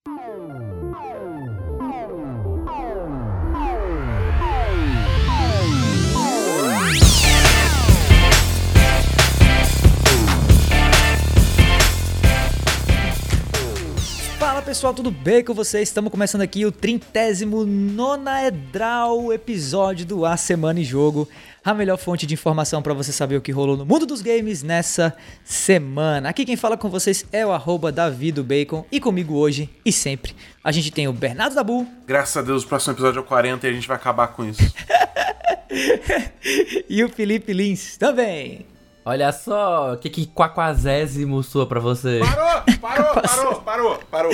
Fala pessoal, tudo bem com vocês? Estamos começando aqui o 39º episódio do A Semana em Jogo, a melhor fonte de informação para você saber o que rolou no mundo dos games nessa semana. Aqui quem fala com vocês é o @DavidoBacon e comigo hoje e sempre a gente tem o Bernardo Dabu. Graças a Deus o próximo episódio é o 40 e a gente vai acabar com isso. E o Felipe Lins também. Olha só, que quaquazésimo soa pra você. Parou.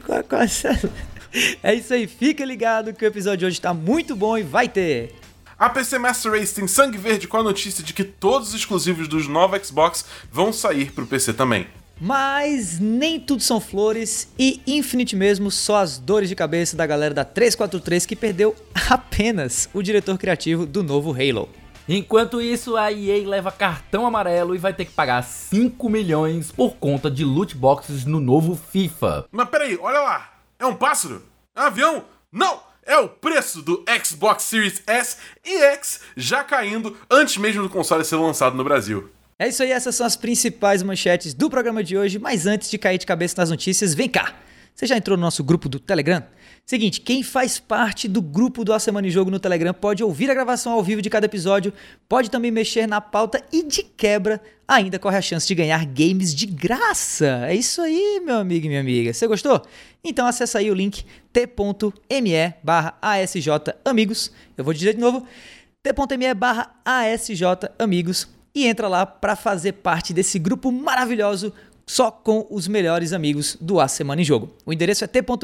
É isso aí, fica ligado que o episódio de hoje tá muito bom e vai ter... A PC Master Race tem sangue verde com a notícia de que todos os exclusivos dos novos Xbox vão sair pro PC também. Mas nem tudo são flores e Infinite mesmo só as dores de cabeça da galera da 343 que perdeu apenas o diretor criativo do novo Halo. Enquanto isso, a EA leva cartão amarelo e vai ter que pagar 5 milhões por conta de loot boxes no novo FIFA. Mas peraí, olha lá. É um pássaro? É um avião? Não! É o preço do Xbox Series S e X já caindo antes mesmo do console ser lançado no Brasil. É isso aí, essas são as principais manchetes do programa de hoje, mas antes de cair de cabeça nas notícias, vem cá! Você já entrou no nosso grupo do Telegram? Seguinte, quem faz parte do grupo do A Semana em Jogo no Telegram pode ouvir a gravação ao vivo de cada episódio, pode também mexer na pauta e, de quebra, ainda corre a chance de ganhar games de graça. É isso aí, meu amigo e minha amiga. Você gostou? Então acessa aí o link t.me/ASJamigos. Eu vou dizer de novo, t.me/ASJamigos e entra lá para fazer parte desse grupo maravilhoso só com os melhores amigos do A Semana em Jogo. O endereço é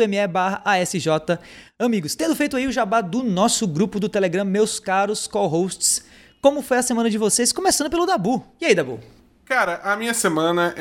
t.me/ASJamigos. Tendo feito aí o jabá do nosso grupo do Telegram, meus caros co-hosts, como foi a semana de vocês? Começando pelo Dabu. E aí, Dabu? Cara, a minha semana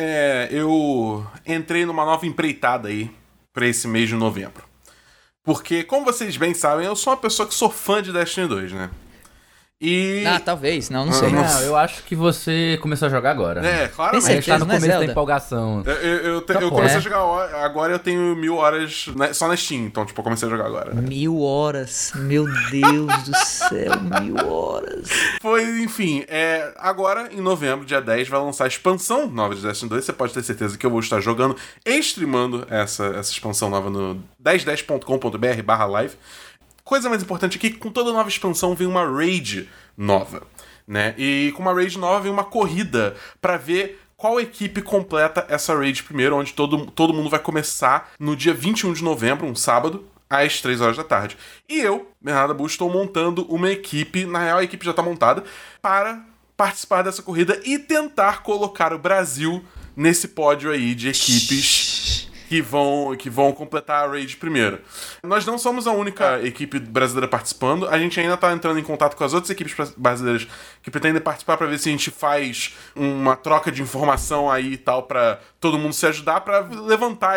eu entrei numa nova empreitada aí pra esse mês de novembro. Porque, como vocês bem sabem, eu sou uma pessoa que sou fã de Destiny 2, né? E... talvez, não sei. Não, eu acho que você começou a jogar agora. É, claro. Tem A gente tá no certeza, começo né, da empolgação. Eu comecei a jogar agora, eu tenho 1000 horas só na Steam, então tipo, eu comecei a jogar agora. Né? 1000 horas, meu Deus do céu, 1000 horas. Enfim, agora em novembro, dia 10, vai lançar a expansão nova de Destiny 2. Você pode ter certeza que eu vou estar jogando e streamando essa expansão nova no 1010.com.br/live. Coisa mais importante aqui, com toda nova expansão vem uma raid nova, né? E com uma raid nova vem uma corrida pra ver qual equipe completa essa raid primeiro, onde todo mundo vai começar no dia 21 de novembro, um sábado, às 3 horas da tarde. E eu, Bernardo Dabu, estou montando uma equipe, na real a equipe já está montada, para participar dessa corrida e tentar colocar o Brasil nesse pódio aí de equipes que vão completar a raid primeiro. Nós não somos a única equipe brasileira participando, a gente ainda tá entrando em contato com as outras equipes brasileiras que pretendem participar pra ver se a gente faz uma troca de informação aí e tal, pra todo mundo se ajudar, pra levantar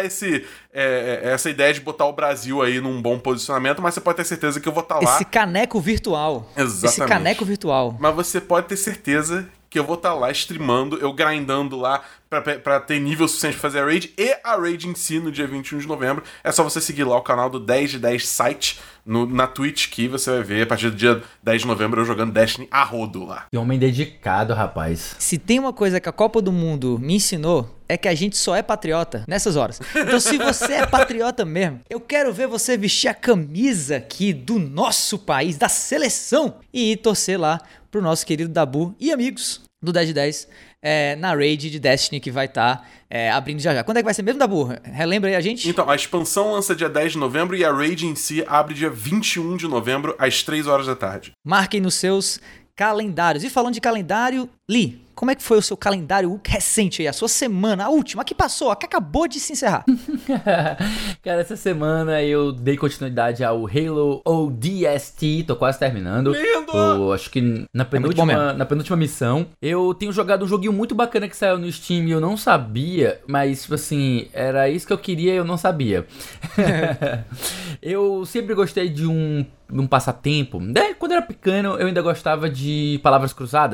essa ideia de botar o Brasil aí num bom posicionamento, mas você pode ter certeza que eu vou estar lá. Esse caneco virtual. Exatamente. Esse caneco virtual. Mas você pode ter certeza que eu vou estar lá streamando, eu grindando lá pra ter nível suficiente pra fazer a raid, e a raid em si no dia 21 de novembro. É só você seguir lá o canal do 10 de 10 site na Twitch, que você vai ver a partir do dia 10 de novembro eu jogando Destiny a rodo lá. Que homem dedicado, rapaz. Se tem uma coisa que a Copa do Mundo me ensinou, é que a gente só é patriota nessas horas. Então se você é patriota mesmo, eu quero ver você vestir a camisa aqui do nosso país, da seleção, e ir torcer lá pro nosso querido Dabu e amigos do 10 de 10 na raid de Destiny que vai estar abrindo já. Quando é que vai ser mesmo, Dabu? Relembra aí a gente? Então, a expansão lança dia 10 de novembro e a raid em si abre dia 21 de novembro às 3 horas da tarde. Marquem nos seus calendários. E falando de calendário, Lee, como é que foi o seu calendário recente aí, a sua semana, a última, a que passou, a que acabou de se encerrar? Cara, essa semana eu dei continuidade ao Halo ODST, tô quase terminando. Lindo! Acho que na penúltima missão. Eu tenho jogado um joguinho muito bacana que saiu no Steam e eu não sabia, mas, tipo assim, era isso que eu queria e eu não sabia. Eu sempre gostei de um passatempo. Quando eu era pequeno, eu ainda gostava de palavras cruzadas,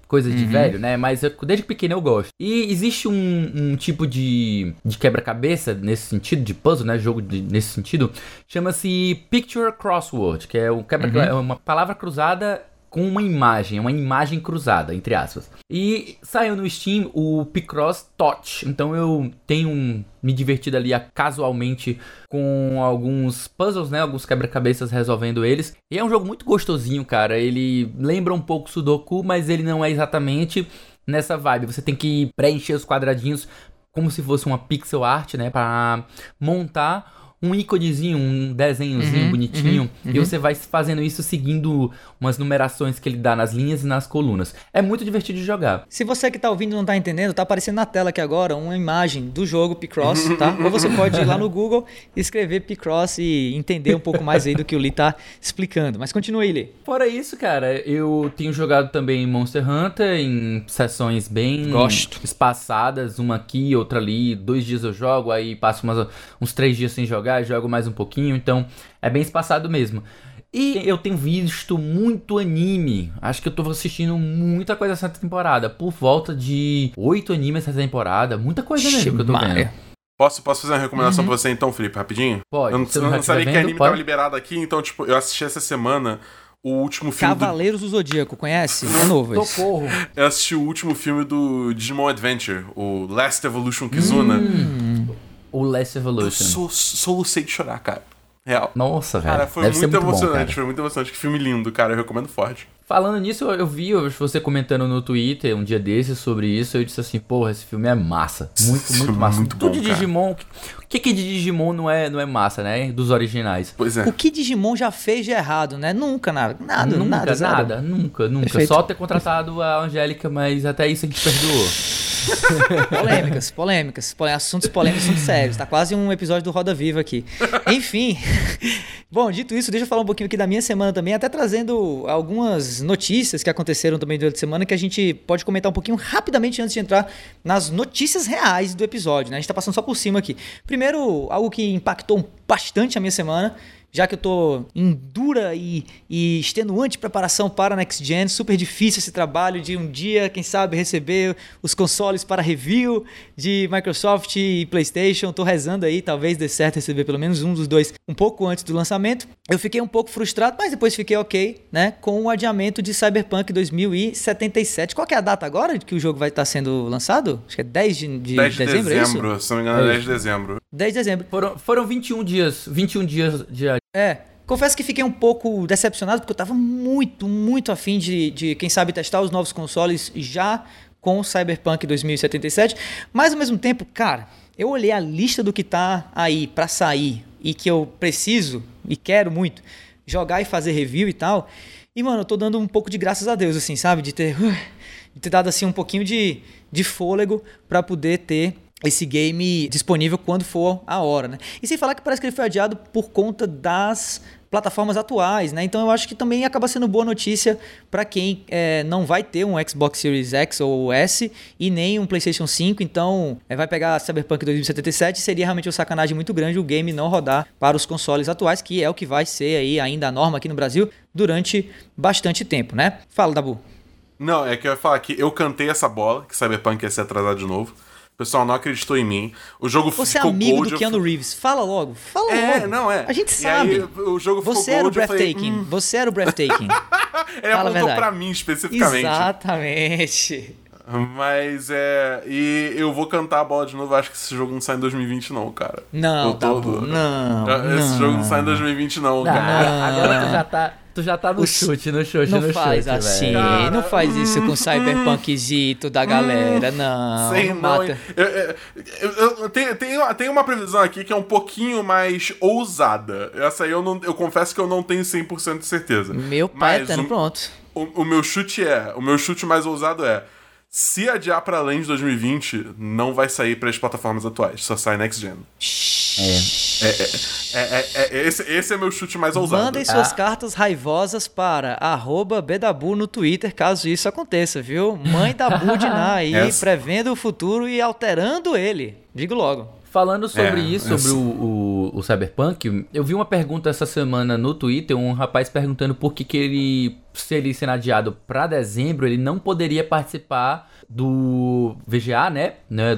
coisa de velho, né? Mas desde pequeno eu gosto. E existe um tipo de quebra-cabeça nesse sentido, de puzzle, né? Jogo nesse sentido, chama-se Picture Crossword, que é é uma palavra cruzada com uma imagem cruzada, entre aspas. E saiu no Steam o Picross Touch. Então eu tenho me divertido ali casualmente com alguns puzzles, né? Alguns quebra-cabeças resolvendo eles. E é um jogo muito gostosinho, cara. Ele lembra um pouco Sudoku, mas ele não é exatamente nessa vibe. Você tem que preencher os quadradinhos como se fosse uma pixel art, né? Para montar um íconezinho, um desenhozinho bonitinho, e você vai fazendo isso seguindo umas numerações que ele dá nas linhas e nas colunas. É muito divertido de jogar. Se você que tá ouvindo e não tá entendendo, tá aparecendo na tela aqui agora uma imagem do jogo Picross, tá? Ou você pode ir lá no Google, escrever Picross e entender um pouco mais aí do que o Lee tá explicando. Mas continua aí, Lee. Fora isso, cara, eu tenho jogado também Monster Hunter em sessões bem espaçadas, uma aqui, outra ali, 2 dias eu jogo, aí passo uns 3 dias sem jogar, jogo mais um pouquinho, então é bem espaçado mesmo. E eu tenho visto muito anime. Acho que eu tô assistindo muita coisa essa temporada. Por volta de 8 animes essa temporada. Muita coisa mesmo que eu tô vendo. Posso fazer uma recomendação pra você então, Felipe, rapidinho? Pode. Eu não sabia que anime tava liberado aqui, então, tipo, eu assisti essa semana o último filme Cavaleiros do Zodíaco, conhece? É novo esse. Socorro. Eu assisti o último filme do Digimon Adventure, o Last Evolution Kizuna. O Last Evolution. Eu solucei de chorar, cara. Real. Nossa, velho. Cara, foi muito emocionante. Foi muito emocionante. Que filme lindo, cara. Eu recomendo forte. Falando nisso, eu vi você comentando no Twitter um dia desses sobre isso. Eu disse assim, porra, esse filme é massa. Muito massa. Muito bom, de Digimon. O que de Digimon não é massa, né? Dos originais. Pois é. O que Digimon já fez de errado, né? Nunca. Perfeito. Só ter contratado a Angélica, mas até isso a gente perdoou. Polêmicas, assuntos polêmicos, assuntos sérios. Tá quase um episódio do Roda Viva aqui. Enfim, bom, dito isso, deixa eu falar um pouquinho aqui da minha semana também, até trazendo algumas notícias que aconteceram também durante a semana que a gente pode comentar um pouquinho rapidamente antes de entrar nas notícias reais do episódio, né? A gente tá passando só por cima aqui. Primeiro, algo que impactou bastante a minha semana, já que eu tô em dura e extenuante preparação para a Next Gen, super difícil esse trabalho de um dia, quem sabe, receber os consoles para review de Microsoft e PlayStation. Tô rezando aí, talvez dê certo receber pelo menos um dos dois um pouco antes do lançamento. Eu fiquei um pouco frustrado, mas depois fiquei ok, né, com o adiamento de Cyberpunk 2077. Qual que é a data agora que o jogo vai estar sendo lançado? Acho que é 10 de dezembro, é isso? Se não me engano, é 10 de dezembro. 10 de dezembro. Foram 21 dias de... Confesso que fiquei um pouco decepcionado porque eu tava muito afim de quem sabe testar os novos consoles já com o Cyberpunk 2077, mas ao mesmo tempo, cara, eu olhei a lista do que tá aí pra sair e que eu preciso e quero muito jogar e fazer review e tal, e mano, eu tô dando um pouco de graças a Deus, assim, sabe, de ter dado assim um pouquinho de fôlego pra poder ter esse game disponível quando for a hora, né? E sem falar que parece que ele foi adiado por conta das plataformas atuais, né? Então eu acho que também acaba sendo boa notícia para quem não vai ter um Xbox Series X ou S e nem um PlayStation 5, então vai pegar Cyberpunk 2077, seria realmente uma sacanagem muito grande o game não rodar para os consoles atuais, que é o que vai ser aí ainda a norma aqui no Brasil durante bastante tempo, né? Fala, Dabu. Não, é que eu ia falar que eu cantei essa bola, que Cyberpunk ia ser atrasado de novo. O pessoal não acreditou em mim. O jogo Você ficou é amigo gold, do Keanu Reeves. Fala logo. Não é. A gente sabe. Aí, o jogo ficou Você era o gold, breathtaking. Você era o breathtaking. Ele apontou pra mim especificamente. Exatamente. Mas e eu vou cantar a bola de novo. Acho que esse jogo não sai em 2020, não, cara. Não, Esse jogo não sai em 2020, não, cara. Agora tu já tá no chute, Não faz assim, cara, não faz isso com o Cyberpunkzito da galera, não. Sei não não. mata. Eu tenho uma previsão aqui que é um pouquinho mais ousada. Essa aí eu confesso que eu não tenho 100% de certeza. Meu pai tá pronto. O meu chute mais ousado é: se adiar pra além de 2020, não vai sair para as plataformas atuais, só sai Next Gen. Esse é meu chute mais ousado. Mandem suas cartas raivosas para @bdabu no Twitter, caso isso aconteça, viu? Mãe da Budiná aí, prevendo o futuro e alterando ele. Digo logo. Falando sobre isso, sobre o Cyberpunk, eu vi uma pergunta essa semana no Twitter, um rapaz perguntando por que ele, se ele sendo adiado pra dezembro, ele não poderia participar do VGA, né?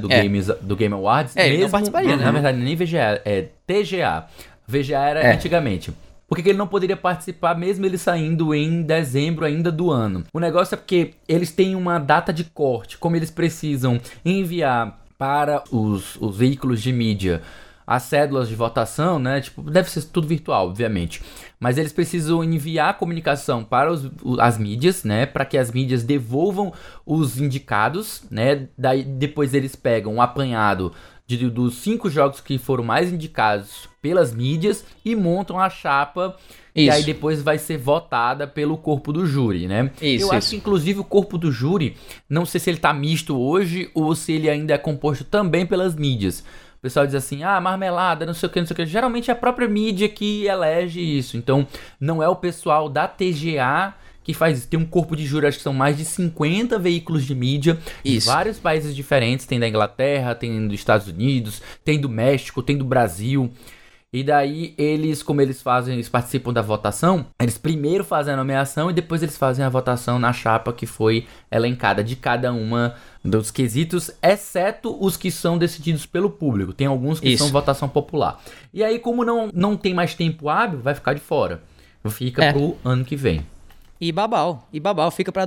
Do Game Awards. Ele não participaria, né? Na verdade, nem VGA, é TGA. VGA era antigamente. Por que ele não poderia participar mesmo ele saindo em dezembro ainda do ano? O negócio é porque eles têm uma data de corte, como eles precisam enviar para os veículos de mídia as cédulas de votação, né? Tipo, deve ser tudo virtual, obviamente. Mas eles precisam enviar a comunicação para as mídias, né? Para que as mídias devolvam os indicados, né? Daí depois eles pegam um apanhado dos 5 jogos que foram mais indicados pelas mídias e montam a chapa e aí depois vai ser votada pelo corpo do júri, né? Eu acho que inclusive o corpo do júri, não sei se ele tá misto hoje ou se ele ainda é composto também pelas mídias. O pessoal diz assim, marmelada, não sei o que, não sei o que. Geralmente é a própria mídia que elege isso, então não é o pessoal da TGA que faz isso. Tem um corpo de júri, acho que são mais de 50 veículos de mídia de vários países diferentes. Tem da Inglaterra, tem dos Estados Unidos, tem do México, tem do Brasil. E daí eles, como eles participam da votação, eles primeiro fazem a nomeação e depois eles fazem a votação na chapa que foi elencada de cada uma dos quesitos, exceto os que são decididos pelo público. Tem alguns que são votação popular. E aí, como não tem mais tempo hábil, vai ficar de fora. Fica pro ano que vem. E Babau fica para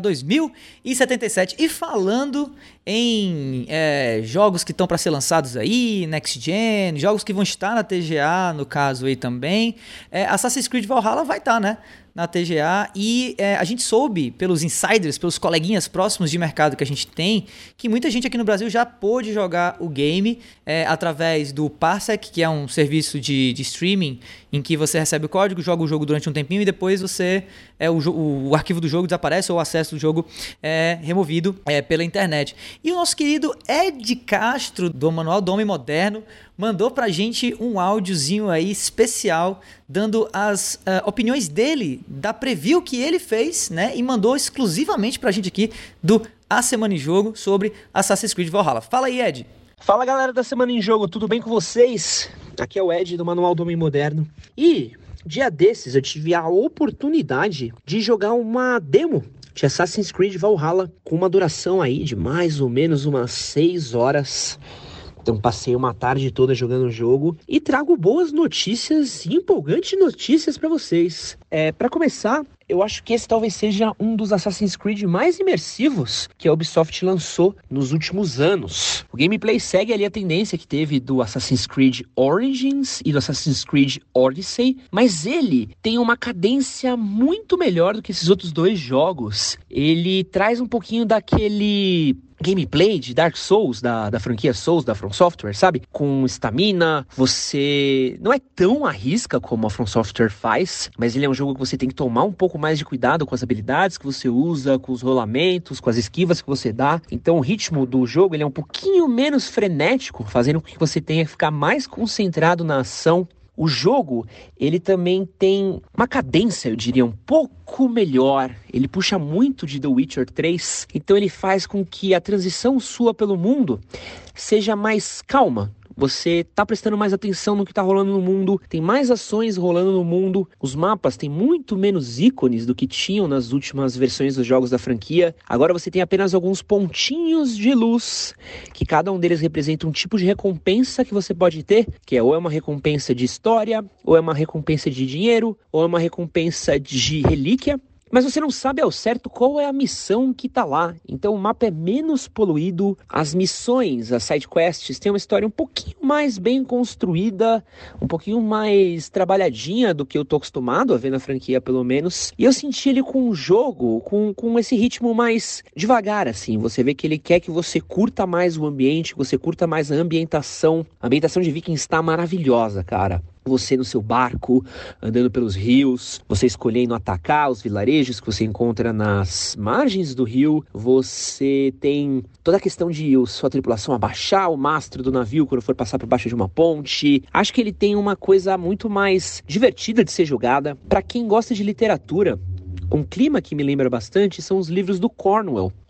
2077. E falando em jogos que estão para ser lançados aí, Next Gen, jogos que vão estar na TGA, no caso aí também, Assassin's Creed Valhalla vai estar, né? Na TGA, e a gente soube pelos insiders, pelos coleguinhas próximos de mercado que a gente tem, que muita gente aqui no Brasil já pôde jogar o game através do Parsec, que é um serviço de streaming em que você recebe o código, joga o jogo durante um tempinho e depois o arquivo do jogo desaparece ou o acesso do jogo é removido pela internet. E o nosso querido Ed Castro, do Manual do Homem Moderno, mandou pra gente um áudiozinho aí especial, dando as opiniões dele, da preview que ele fez, né? E mandou exclusivamente pra gente aqui do A Semana em Jogo sobre Assassin's Creed Valhalla. Fala aí, Ed. Fala, galera da Semana em Jogo, tudo bem com vocês? Aqui é o Ed do Manual do Homem Moderno. E dia desses eu tive a oportunidade de jogar uma demo de Assassin's Creed Valhalla com uma duração aí de mais ou menos umas 6 horas. Então passei uma tarde toda jogando o jogo e trago boas notícias, empolgantes notícias para vocês. Para começar, eu acho que esse talvez seja um dos Assassin's Creed mais imersivos que a Ubisoft lançou nos últimos anos. O gameplay segue ali a tendência que teve do Assassin's Creed Origins e do Assassin's Creed Odyssey, mas ele tem uma cadência muito melhor do que esses outros dois jogos. Ele traz um pouquinho daquele gameplay de Dark Souls, da franquia Souls, da From Software, sabe? Com estamina, você não é tão à risca como a From Software faz, mas ele é um jogo que você tem que tomar um pouco mais de cuidado com as habilidades que você usa, com os rolamentos, com as esquivas que você dá. Então o ritmo do jogo ele é um pouquinho menos frenético, fazendo com que você tenha que ficar mais concentrado na ação. O jogo, ele também tem uma cadência, eu diria, um pouco melhor. Ele puxa muito de The Witcher 3, então ele faz com que a transição sua pelo mundo seja mais calma. Você tá prestando mais atenção no que tá rolando no mundo, tem mais ações rolando no mundo, os mapas têm muito menos ícones do que tinham nas últimas versões dos jogos da franquia. Agora você tem apenas alguns pontinhos de luz, que cada um deles representa um tipo de recompensa que você pode ter, que ou é uma recompensa de história, ou é uma recompensa de dinheiro, ou é uma recompensa de relíquia. Mas você não sabe ao certo qual é a missão que tá lá. Então o mapa é menos poluído, as missões, as sidequests têm uma história um pouquinho mais bem construída, um pouquinho mais trabalhadinha do que eu tô acostumado a ver na franquia, pelo menos. E eu senti ele com o jogo, com esse ritmo mais devagar, assim. Você vê que ele quer que você curta mais o ambiente, que você curta mais a ambientação. A ambientação de Vikings está maravilhosa, cara. Você no seu barco, andando pelos rios, você escolhendo atacar os vilarejos que você encontra nas margens do rio, você tem toda a questão de sua tripulação abaixar o mastro do navio quando for passar por baixo de uma ponte. Acho que ele tem uma coisa muito mais divertida de ser jogada. Para quem gosta de literatura, um clima que me lembra bastante são os livros do Cornwell.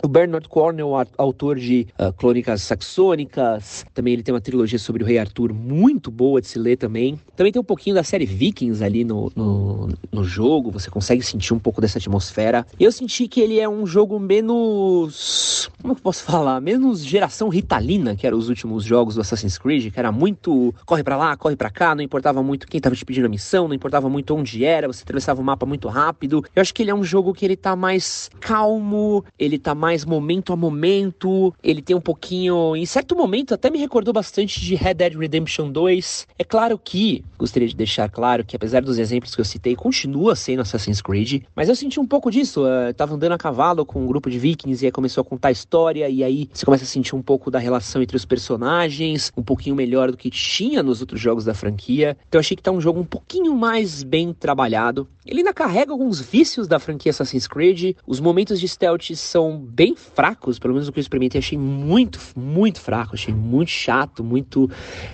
O Bernard Cornwell, autor de Crônicas Saxônicas, também ele tem uma trilogia sobre o Rei Arthur muito boa de se ler também. Também tem um pouquinho da série Vikings ali no jogo, você consegue sentir um pouco dessa atmosfera. E eu senti que ele é um jogo menos... como eu posso falar? Menos geração ritalina, que eram os últimos jogos do Assassin's Creed, que era muito corre pra lá, corre pra cá, não importava muito quem tava te pedindo a missão, não importava muito onde era, você atravessava o mapa muito rápido. Eu acho que ele é um jogo que ele tá mais calmo, ele tá mais momento a momento, ele tem um pouquinho, em certo momento até me recordou bastante de Red Dead Redemption 2. É claro que, gostaria de deixar claro que apesar dos exemplos que eu citei, continua sendo Assassin's Creed, mas eu senti um pouco disso, eu tava andando a cavalo com um grupo de vikings e aí começou a contar a história e aí você começa a sentir um pouco da relação entre os personagens, um pouquinho melhor do que tinha nos outros jogos da franquia. Então eu achei que tá um jogo um pouquinho mais bem trabalhado. Ele ainda carrega alguns vícios da franquia Assassin's Creed, os momentos de stealth são bem fracos, pelo menos o que eu experimentei, achei muito, muito fraco, achei muito chato, muito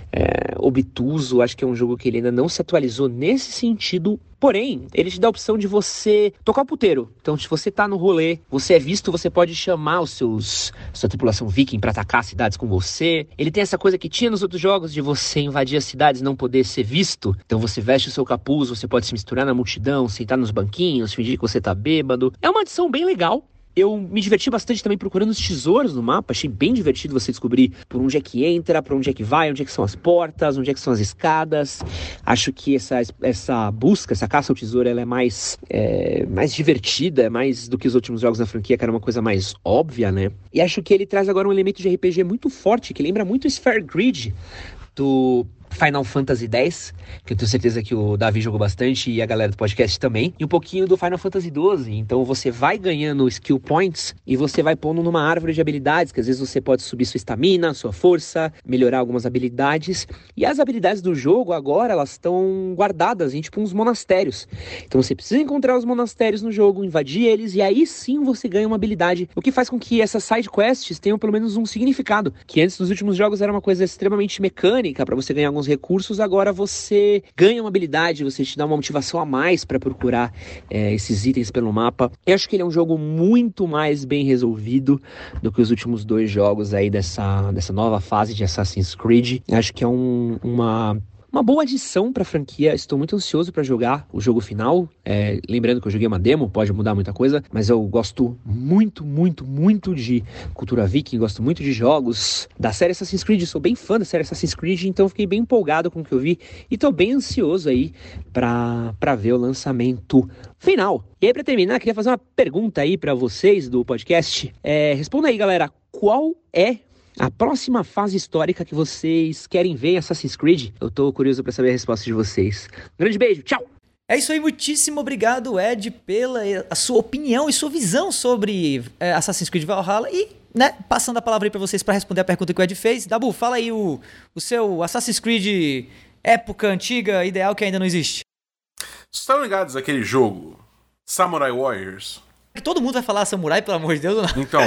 obtuso. Acho que é um jogo que ele ainda não se atualizou nesse sentido. Porém, ele te dá a opção de você tocar o puteiro. Então, se você tá no rolê, você é visto, você pode chamar sua tripulação viking pra atacar cidades com você. Ele tem essa coisa que tinha nos outros jogos de você invadir as cidades e não poder ser visto. Então, você veste o seu capuz, você pode se misturar na multidão, sentar nos banquinhos, fingir que você tá bêbado. É uma adição bem legal. Eu me diverti bastante também procurando os tesouros no mapa, achei bem divertido você descobrir por onde é que entra, por onde é que vai, onde é que são as portas, onde é que são as escadas. Acho que essa busca, essa caça ao tesouro, ela é mais divertida, mais do que os últimos jogos da franquia, que era uma coisa mais óbvia, né? E acho que ele traz agora um elemento de RPG muito forte, que lembra muito o Sphere Grid do Final Fantasy X, que eu tenho certeza que o Davi jogou bastante e a galera do podcast também, e um pouquinho do Final Fantasy XII. Então você vai ganhando skill points e você vai pondo numa árvore de habilidades, que às vezes você pode subir sua estamina, sua força, melhorar algumas habilidades, e as habilidades do jogo agora elas estão guardadas em tipo uns monastérios. Então você precisa encontrar os monastérios no jogo, invadir eles, e aí sim você ganha uma habilidade, o que faz com que essas side quests tenham pelo menos um significado, que antes nos últimos jogos era uma coisa extremamente mecânica para você ganhar alguns recursos. Agora você ganha uma habilidade, você te dá uma motivação a mais para procurar esses itens pelo mapa. Eu acho que ele é um jogo muito mais bem resolvido do que os últimos dois jogos aí dessa nova fase de Assassin's Creed. Eu acho que é uma boa adição pra franquia. Estou muito ansioso pra jogar o jogo final. Lembrando que eu joguei uma demo, pode mudar muita coisa, mas eu gosto muito, muito, muito de cultura viking, gosto muito de jogos da série Assassin's Creed, sou bem fã da série Assassin's Creed, então fiquei bem empolgado com o que eu vi e tô bem ansioso aí pra ver o lançamento final. E aí, pra terminar, queria fazer uma pergunta aí pra vocês do podcast. Responda aí, galera, qual é a próxima fase histórica que vocês querem ver em Assassin's Creed? Eu tô curioso pra saber a resposta de vocês. Um grande beijo, tchau! É isso aí, muitíssimo obrigado, Ed, pela a sua opinião e sua visão sobre Assassin's Creed Valhalla. E, né, passando a palavra aí pra vocês pra responder a pergunta que o Ed fez. Dabu, fala aí o seu Assassin's Creed época antiga, ideal, que ainda não existe. Estão ligados àquele jogo Samurai Warriors? Todo mundo vai falar samurai, pelo amor de Deus, ou não? Então...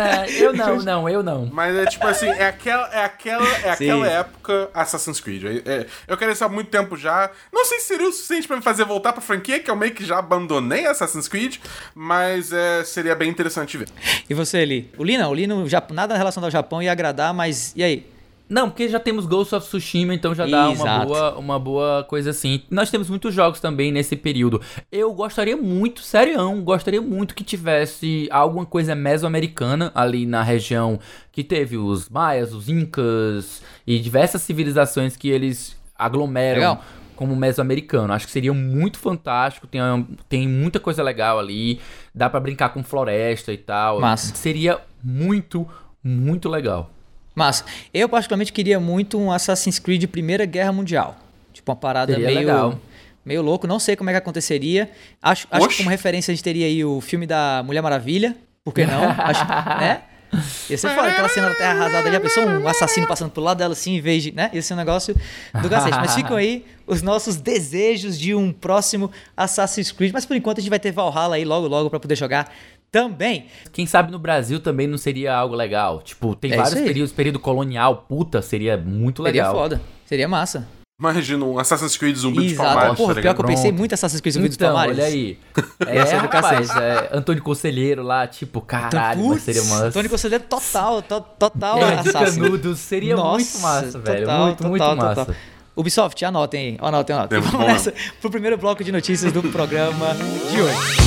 eu não. Mas é tipo assim, é aquela época Assassin's Creed. Eu quero isso há muito tempo já. Não sei se seria o suficiente pra me fazer voltar pra franquia, que eu meio que já abandonei Assassin's Creed, mas seria bem interessante ver. E você, Eli? O Lino, nada relacionado ao Japão ia agradar, mas e aí? Não, porque já temos Ghost of Tsushima, então já dá uma boa coisa assim. Nós temos muitos jogos também nesse período. Eu gostaria muito que tivesse alguma coisa mesoamericana ali na região que teve os maias, os incas e diversas civilizações que eles aglomeram. Legal. Como mesoamericano. Acho que seria muito fantástico, tem muita coisa legal ali, dá pra brincar com floresta e tal. Massa. Seria muito, muito legal. Mas eu particularmente queria muito um Assassin's Creed Primeira Guerra Mundial. Tipo uma parada meio louco. Não sei como é que aconteceria. Acho que como referência a gente teria aí o filme da Mulher Maravilha. Por que não? Né? Ia ser foda, aquela cena da Terra arrasada. Já pensou um assassino passando pro lado dela assim, em vez de... né? Ia ser um negócio do cacete. Mas ficam aí os nossos desejos de um próximo Assassin's Creed. Mas por enquanto a gente vai ter Valhalla aí logo, logo pra poder jogar também. Quem sabe no Brasil também não seria algo legal. Tipo, tem vários períodos. Período colonial, seria muito legal. Seria foda. Seria massa. Imagina um Assassin's Creed Zumbi dos Exato. Palmares, Porra, tá pior que eu ligado? pensei muito em Assassin's Creed Zumbi dos Então, Palmares. olha aí. Essa é do rapaz, cacete. Antônio Conselheiro lá, tipo, caralho, mas seria massa. Antônio Conselheiro total De Assassin. Canudos, seria Nossa, muito massa, velho. total, Muito total, massa. total. Ubisoft, anotem aí. Anotem. Temos Vamos bom. nessa pro primeiro bloco de notícias do programa de hoje.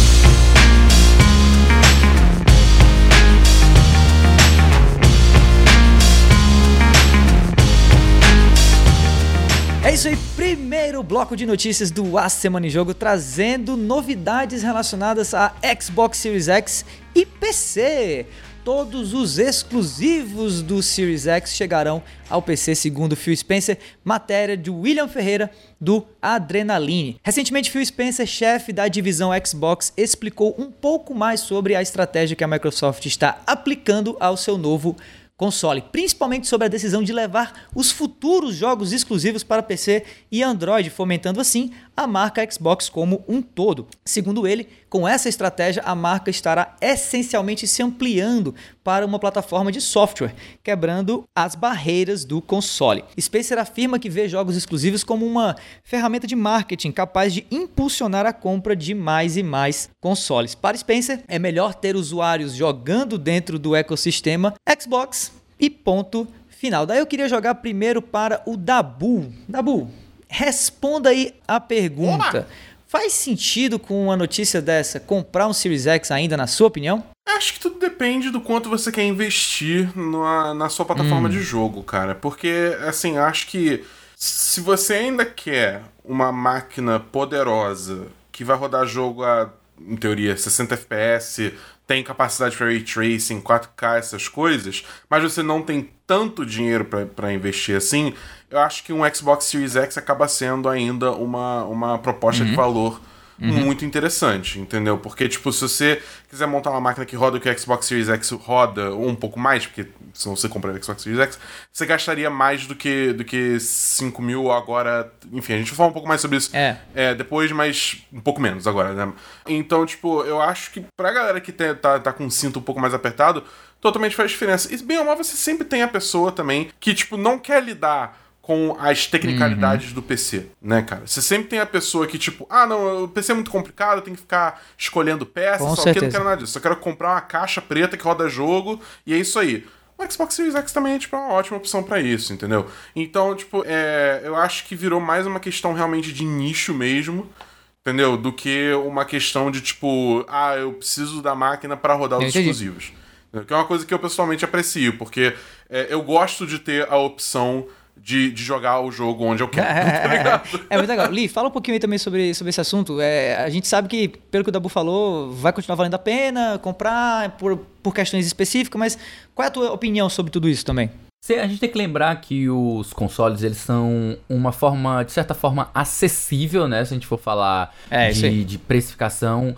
É isso aí, primeiro bloco de notícias do A Semana em Jogo, trazendo novidades relacionadas a Xbox Series X e PC. Todos os exclusivos do Series X chegarão ao PC, segundo Phil Spencer, matéria de William Ferreira, do Adrenaline. Recentemente, Phil Spencer, chefe da divisão Xbox, explicou um pouco mais sobre a estratégia que a Microsoft está aplicando ao seu novo console, principalmente sobre a decisão de levar os futuros jogos exclusivos para PC e Android, fomentando assim a marca Xbox como um todo. Segundo ele, com essa estratégia, a marca estará essencialmente se ampliando para uma plataforma de software, quebrando as barreiras do console. Spencer afirma que vê jogos exclusivos como uma ferramenta de marketing capaz de impulsionar a compra de mais e mais consoles. Para Spencer, é melhor ter usuários jogando dentro do ecossistema Xbox e ponto final. Daí eu queria jogar primeiro para o Dabu. Dabu, responda aí a pergunta. Olá. Faz sentido com uma notícia dessa comprar um Series X ainda, na sua opinião? Acho que tudo depende do quanto você quer investir na sua plataforma de jogo, cara. Porque, assim, acho que se você ainda quer uma máquina poderosa que vai rodar jogo a, em teoria, 60 FPS, tem capacidade para Ray Tracing, 4K, essas coisas, mas você não tem tanto dinheiro para investir assim, eu acho que um Xbox Series X acaba sendo ainda uma proposta de valor muito interessante, entendeu? Porque, tipo, se você quiser montar uma máquina que roda o que o Xbox Series X roda, ou um pouco mais, porque se você comprar o Xbox Series X, você gastaria mais do que 5 mil agora. Enfim, a gente vai falar um pouco mais sobre isso depois, mas um pouco menos agora, né? Então, tipo, eu acho que pra galera que tá com o cinto um pouco mais apertado, totalmente faz diferença. E bem ou mal, você sempre tem a pessoa também que, tipo, não quer lidar com as tecnicalidades do PC, né, cara? Você sempre tem a pessoa que, tipo, não, o PC é muito complicado, eu tenho que ficar escolhendo peças, Com só que eu não certeza. quero nada disso. Eu quero comprar uma caixa preta que roda jogo, e é isso aí. O Xbox Series X também é, tipo, uma ótima opção pra isso, entendeu? Então, tipo, eu acho que virou mais uma questão realmente de nicho mesmo, entendeu? Do que uma questão de, tipo, eu preciso da máquina pra rodar os exclusivos. Que é uma coisa que eu pessoalmente aprecio, porque eu gosto de ter a opção de jogar o jogo onde eu quero. Tá ligado? É muito legal. Li, fala um pouquinho aí também sobre esse assunto. A gente sabe que, pelo que o Dabu falou, vai continuar valendo a pena comprar por questões específicas, mas qual é a tua opinião sobre tudo isso também? A gente tem que lembrar que os consoles, eles são uma forma, de certa forma, acessível, né? Se a gente for falar de precificação,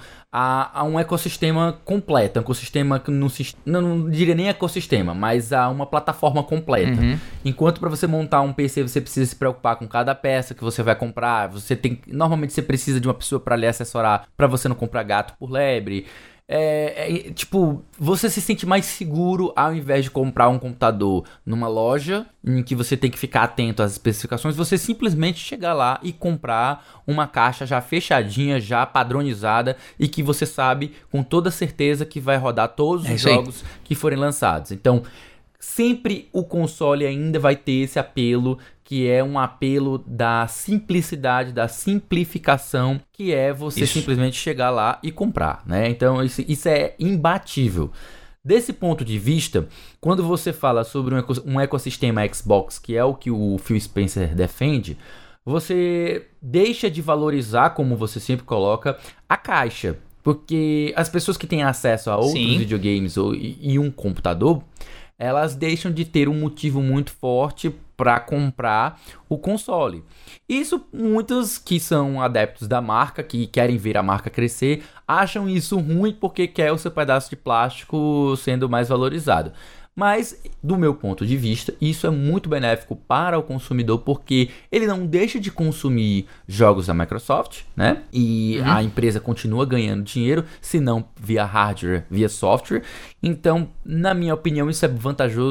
a um ecossistema completo. Um ecossistema que não diria nem ecossistema, mas a uma plataforma completa. Enquanto para você montar um PC, você precisa se preocupar com cada peça que você vai comprar. Normalmente você precisa de uma pessoa para lhe assessorar, para você não comprar gato por lebre. Tipo, você se sente mais seguro ao invés de comprar um computador numa loja em que você tem que ficar atento às especificações, você simplesmente chegar lá e comprar uma caixa já fechadinha, já padronizada e que você sabe com toda certeza que vai rodar todos os jogos que forem lançados. Então, sempre o console ainda vai ter esse apelo, que é um apelo da simplicidade, da simplificação, que é você simplesmente chegar lá e comprar, né? Então isso é imbatível. Desse ponto de vista, quando você fala sobre um ecossistema Xbox, que é o que o Phil Spencer defende, você deixa de valorizar, como você sempre coloca, a caixa. Porque as pessoas que têm acesso a outros videogames e um computador, elas deixam de ter um motivo muito forte para comprar o console. Isso, muitos que são adeptos da marca, que querem ver a marca crescer, acham isso ruim porque quer o seu pedaço de plástico sendo mais valorizado. Mas, do meu ponto de vista, isso é muito benéfico para o consumidor, porque ele não deixa de consumir jogos da Microsoft, né? E a empresa continua ganhando dinheiro, se não via hardware, via software. Então, na minha opinião, isso é vantajoso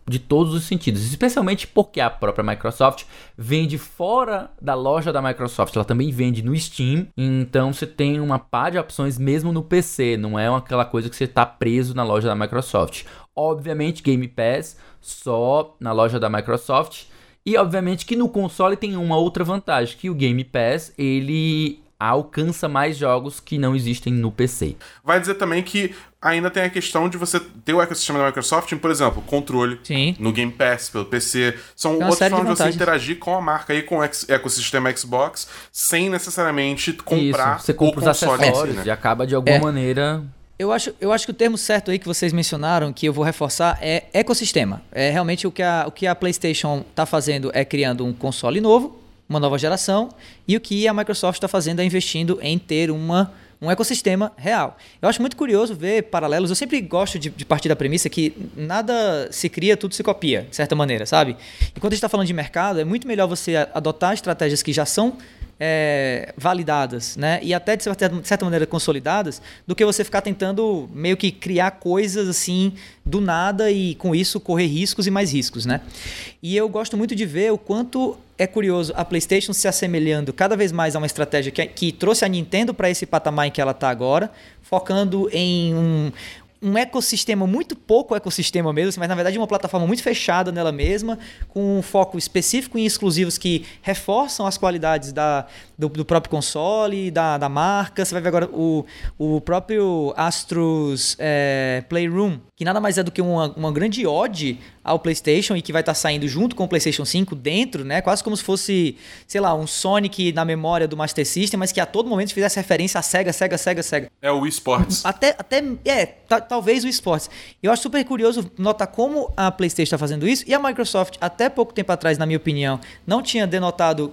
de todos os sentidos, especialmente porque a própria Microsoft vende fora da loja da Microsoft, ela também vende no Steam, então você tem uma pá de opções mesmo no PC, não é aquela coisa que você está preso na loja da Microsoft. Obviamente Game Pass só na loja da Microsoft, e obviamente que no console tem uma outra vantagem, que o Game Pass ele alcança mais jogos que não existem no PC. Vai dizer também que ainda tem a questão de você ter o ecossistema da Microsoft, por exemplo, controle no Game Pass, pelo PC. São outras formas de você interagir com a marca e com o ecossistema Xbox sem necessariamente comprar Isso, você compra o os console acessórios, né? E acaba de alguma maneira... Eu acho que o termo certo aí que vocês mencionaram, que eu vou reforçar, é ecossistema. É realmente o que a PlayStation está fazendo é criando um console novo, uma nova geração, e o que a Microsoft está fazendo é investindo em ter um ecossistema real. Eu acho muito curioso ver paralelos. Eu sempre gosto de partir da premissa que nada se cria, tudo se copia, de certa maneira, sabe? E quando a gente está falando de mercado, é muito melhor você adotar estratégias que já são validadas, né? E até de certa maneira consolidadas, do que você ficar tentando meio que criar coisas assim do nada e com isso correr riscos e mais riscos, né? E eu gosto muito de ver o quanto é curioso a PlayStation se assemelhando cada vez mais a uma estratégia que trouxe a Nintendo para esse patamar em que ela está agora, focando em um ecossistema, muito pouco ecossistema mesmo, mas na verdade uma plataforma muito fechada nela mesma, com um foco específico em exclusivos que reforçam as qualidades do próprio console, da marca. Você vai ver agora o próprio Astros Playroom, que nada mais é do que uma grande ode ao PlayStation e que vai estar saindo junto com o PlayStation 5 dentro, né? Quase como se fosse, sei lá, um Sonic na memória do Master System, mas que a todo momento fizesse referência a Sega. É o eSports. Talvez o eSports. Eu acho super curioso notar como a PlayStation está fazendo isso, e a Microsoft, até pouco tempo atrás, na minha opinião, não tinha denotado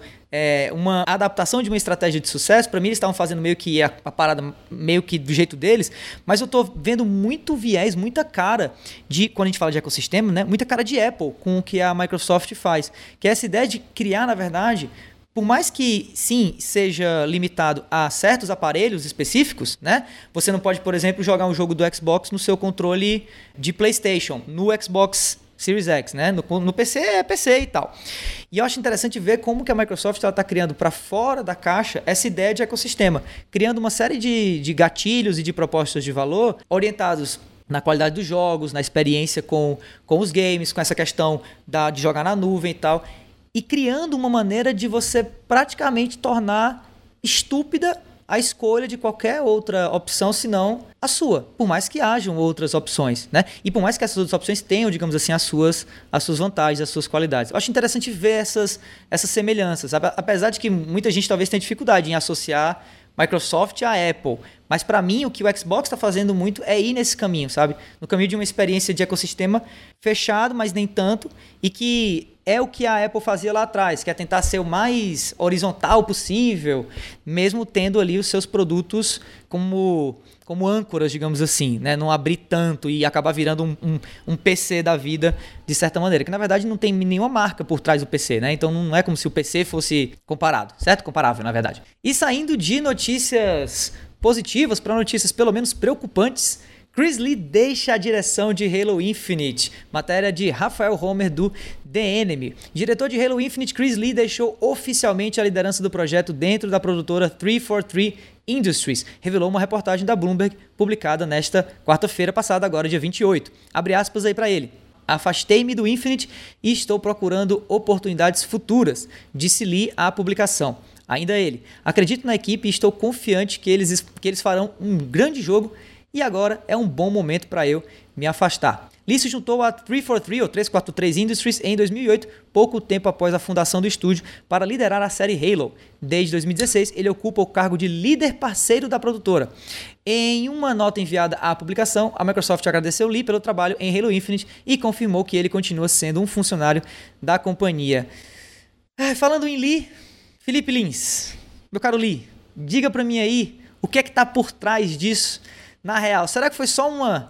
uma adaptação de uma estratégia de sucesso. Para mim, eles estavam fazendo meio que a parada meio que do jeito deles, mas eu tô vendo muito viés, muita cara de, quando a gente fala de ecossistema, né, muita cara de Apple com o que a Microsoft faz, que é essa ideia de criar, na verdade, por mais que, sim, seja limitado a certos aparelhos específicos, né? Você não pode, por exemplo, jogar um jogo do Xbox no seu controle de PlayStation, no Xbox Series X, né? No PC é PC e tal. E eu acho interessante ver como que a Microsoft está criando para fora da caixa essa ideia de ecossistema, criando uma série de gatilhos e de propostas de valor orientados na qualidade dos jogos, na experiência com os games, com essa questão de jogar na nuvem e tal, e criando uma maneira de você praticamente tornar estúpida a escolha de qualquer outra opção, senão a sua, por mais que hajam outras opções, né? E por mais que essas outras opções tenham, digamos assim, as suas vantagens, as suas qualidades. Eu acho interessante ver essas semelhanças, apesar de que muita gente talvez tenha dificuldade em associar Microsoft a Apple, mas para mim o que o Xbox está fazendo muito é ir nesse caminho, sabe? No caminho de uma experiência de ecossistema fechado, mas nem tanto, e que é o que a Apple fazia lá atrás, que é tentar ser o mais horizontal possível, mesmo tendo ali os seus produtos como âncoras, digamos assim, né? Não abrir tanto e acabar virando um PC da vida, de certa maneira, que na verdade não tem nenhuma marca por trás do PC, né? Então não é como se o PC fosse comparado, certo? Comparável, na verdade. E saindo de notícias positivas para notícias pelo menos preocupantes, Chris Lee deixa a direção de Halo Infinite. Matéria de Rafael Homer do The Enemy. Diretor de Halo Infinite, Chris Lee deixou oficialmente a liderança do projeto dentro da produtora 343 Industries, revelou uma reportagem da Bloomberg publicada nesta quarta-feira passada, agora dia 28. Abre aspas aí para ele. Afastei-me do Infinite e estou procurando oportunidades futuras, disse Lee à publicação. Ainda ele. Acredito na equipe e estou confiante que eles farão um grande jogo e agora é um bom momento para eu me afastar. Lee se juntou a 343 ou 343 Industries em 2008, pouco tempo após a fundação do estúdio, para liderar a série Halo. Desde 2016, ele ocupa o cargo de líder parceiro da produtora. Em uma nota enviada à publicação, a Microsoft agradeceu Lee pelo trabalho em Halo Infinite e confirmou que ele continua sendo um funcionário da companhia. Falando em Lee, Felipe Lins, meu caro Lee, diga para mim aí o que é que está por trás disso. Na real, será que foi só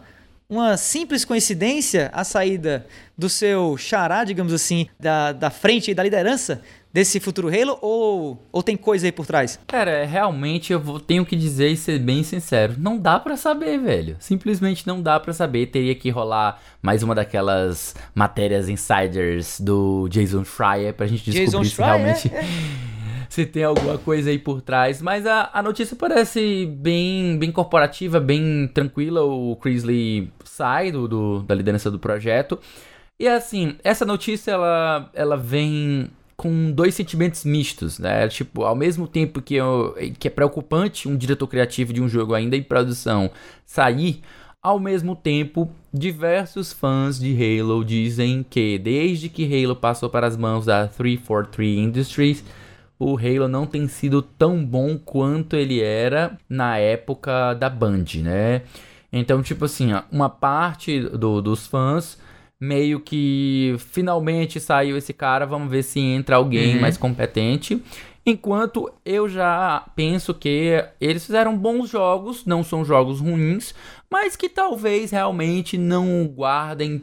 uma simples coincidência a saída do seu xará, digamos assim, da frente e da liderança desse futuro Halo ou tem coisa aí por trás? Cara, realmente tenho que dizer e ser bem sincero, não dá pra saber, velho. Simplesmente não dá pra saber, teria que rolar mais uma daquelas matérias insiders do Jason Schreier pra gente descobrir se realmente... se tem alguma coisa aí por trás, mas a notícia parece bem corporativa, bem tranquila. O Chris Lee sai da liderança do projeto. E assim, essa notícia ela vem com dois sentimentos mistos, né? Tipo, ao mesmo tempo que é preocupante um diretor criativo de um jogo ainda em produção sair, ao mesmo tempo, diversos fãs de Halo dizem que desde que Halo passou para as mãos da 343 Industries, o Halo não tem sido tão bom quanto ele era na época da Band, né? Então, tipo assim, uma parte dos fãs meio que finalmente saiu esse cara, vamos ver se entra alguém mais competente. Enquanto eu já penso que eles fizeram bons jogos, não são jogos ruins, mas que talvez realmente não guardem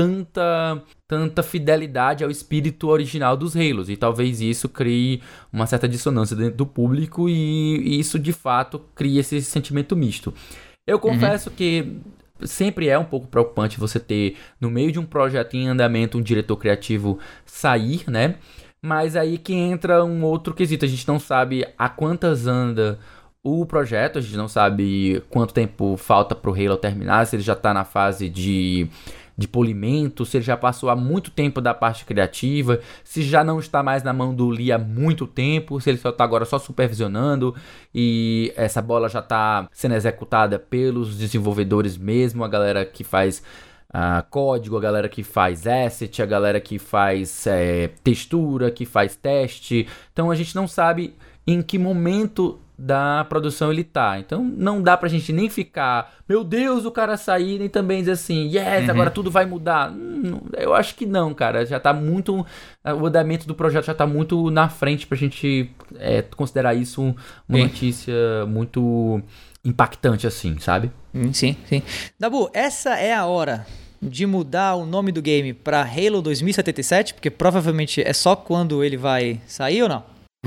tanta fidelidade ao espírito original dos Halos, e talvez isso crie uma certa dissonância dentro do público e isso de fato cria esse sentimento misto. Eu confesso que sempre é um pouco preocupante você ter no meio de um projeto em andamento um diretor criativo sair, né? Mas aí que entra um outro quesito, a gente não sabe a quantas anda o projeto, a gente não sabe quanto tempo falta pro Halo terminar, se ele já tá na fase de polimento, se ele já passou há muito tempo da parte criativa, se já não está mais na mão do Lee há muito tempo, se ele só está agora só supervisionando e essa bola já está sendo executada pelos desenvolvedores mesmo, a galera que faz código, a galera que faz asset, a galera que faz textura, que faz teste. Então a gente não sabe em que momento da produção ele tá. Então não dá pra gente nem ficar, meu Deus, o cara sair, nem também dizer assim, yes, agora tudo vai mudar. Eu acho que não, cara. Já tá muito... O andamento do projeto já tá muito na frente pra gente considerar isso uma notícia muito impactante, assim, sabe? Sim. Dabu, essa é a hora de mudar o nome do game pra Halo 2077, porque provavelmente é só quando ele vai sair ou não?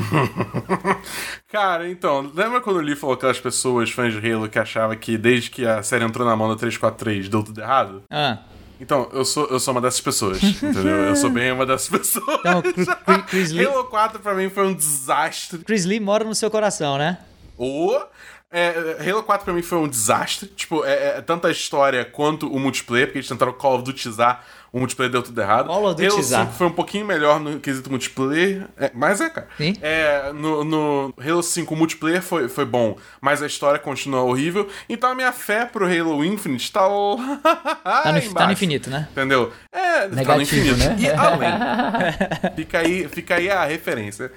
Cara, então, lembra quando o Lee falou aquelas pessoas, fãs de Halo, que achavam que desde que a série entrou na mão da 343 deu tudo errado? Então, eu sou uma dessas pessoas, entendeu? Eu sou bem uma dessas pessoas. Então, Chris Lee... Halo 4 pra mim foi um desastre. Chris Lee mora no seu coração, né? Halo 4 pra mim foi um desastre. Tipo, tanto a história quanto o multiplayer, porque eles tentaram Call of Duty-izar, o multiplayer deu tudo errado. Halo 5 foi um pouquinho melhor no quesito multiplayer. Mas cara. Sim. No Halo 5 o multiplayer foi bom, mas a história continua horrível. Então a minha fé pro Halo Infinite tá lá tá no infinito, né? Entendeu? Negativo, tá no infinito. Né? E além. Fica aí a referência.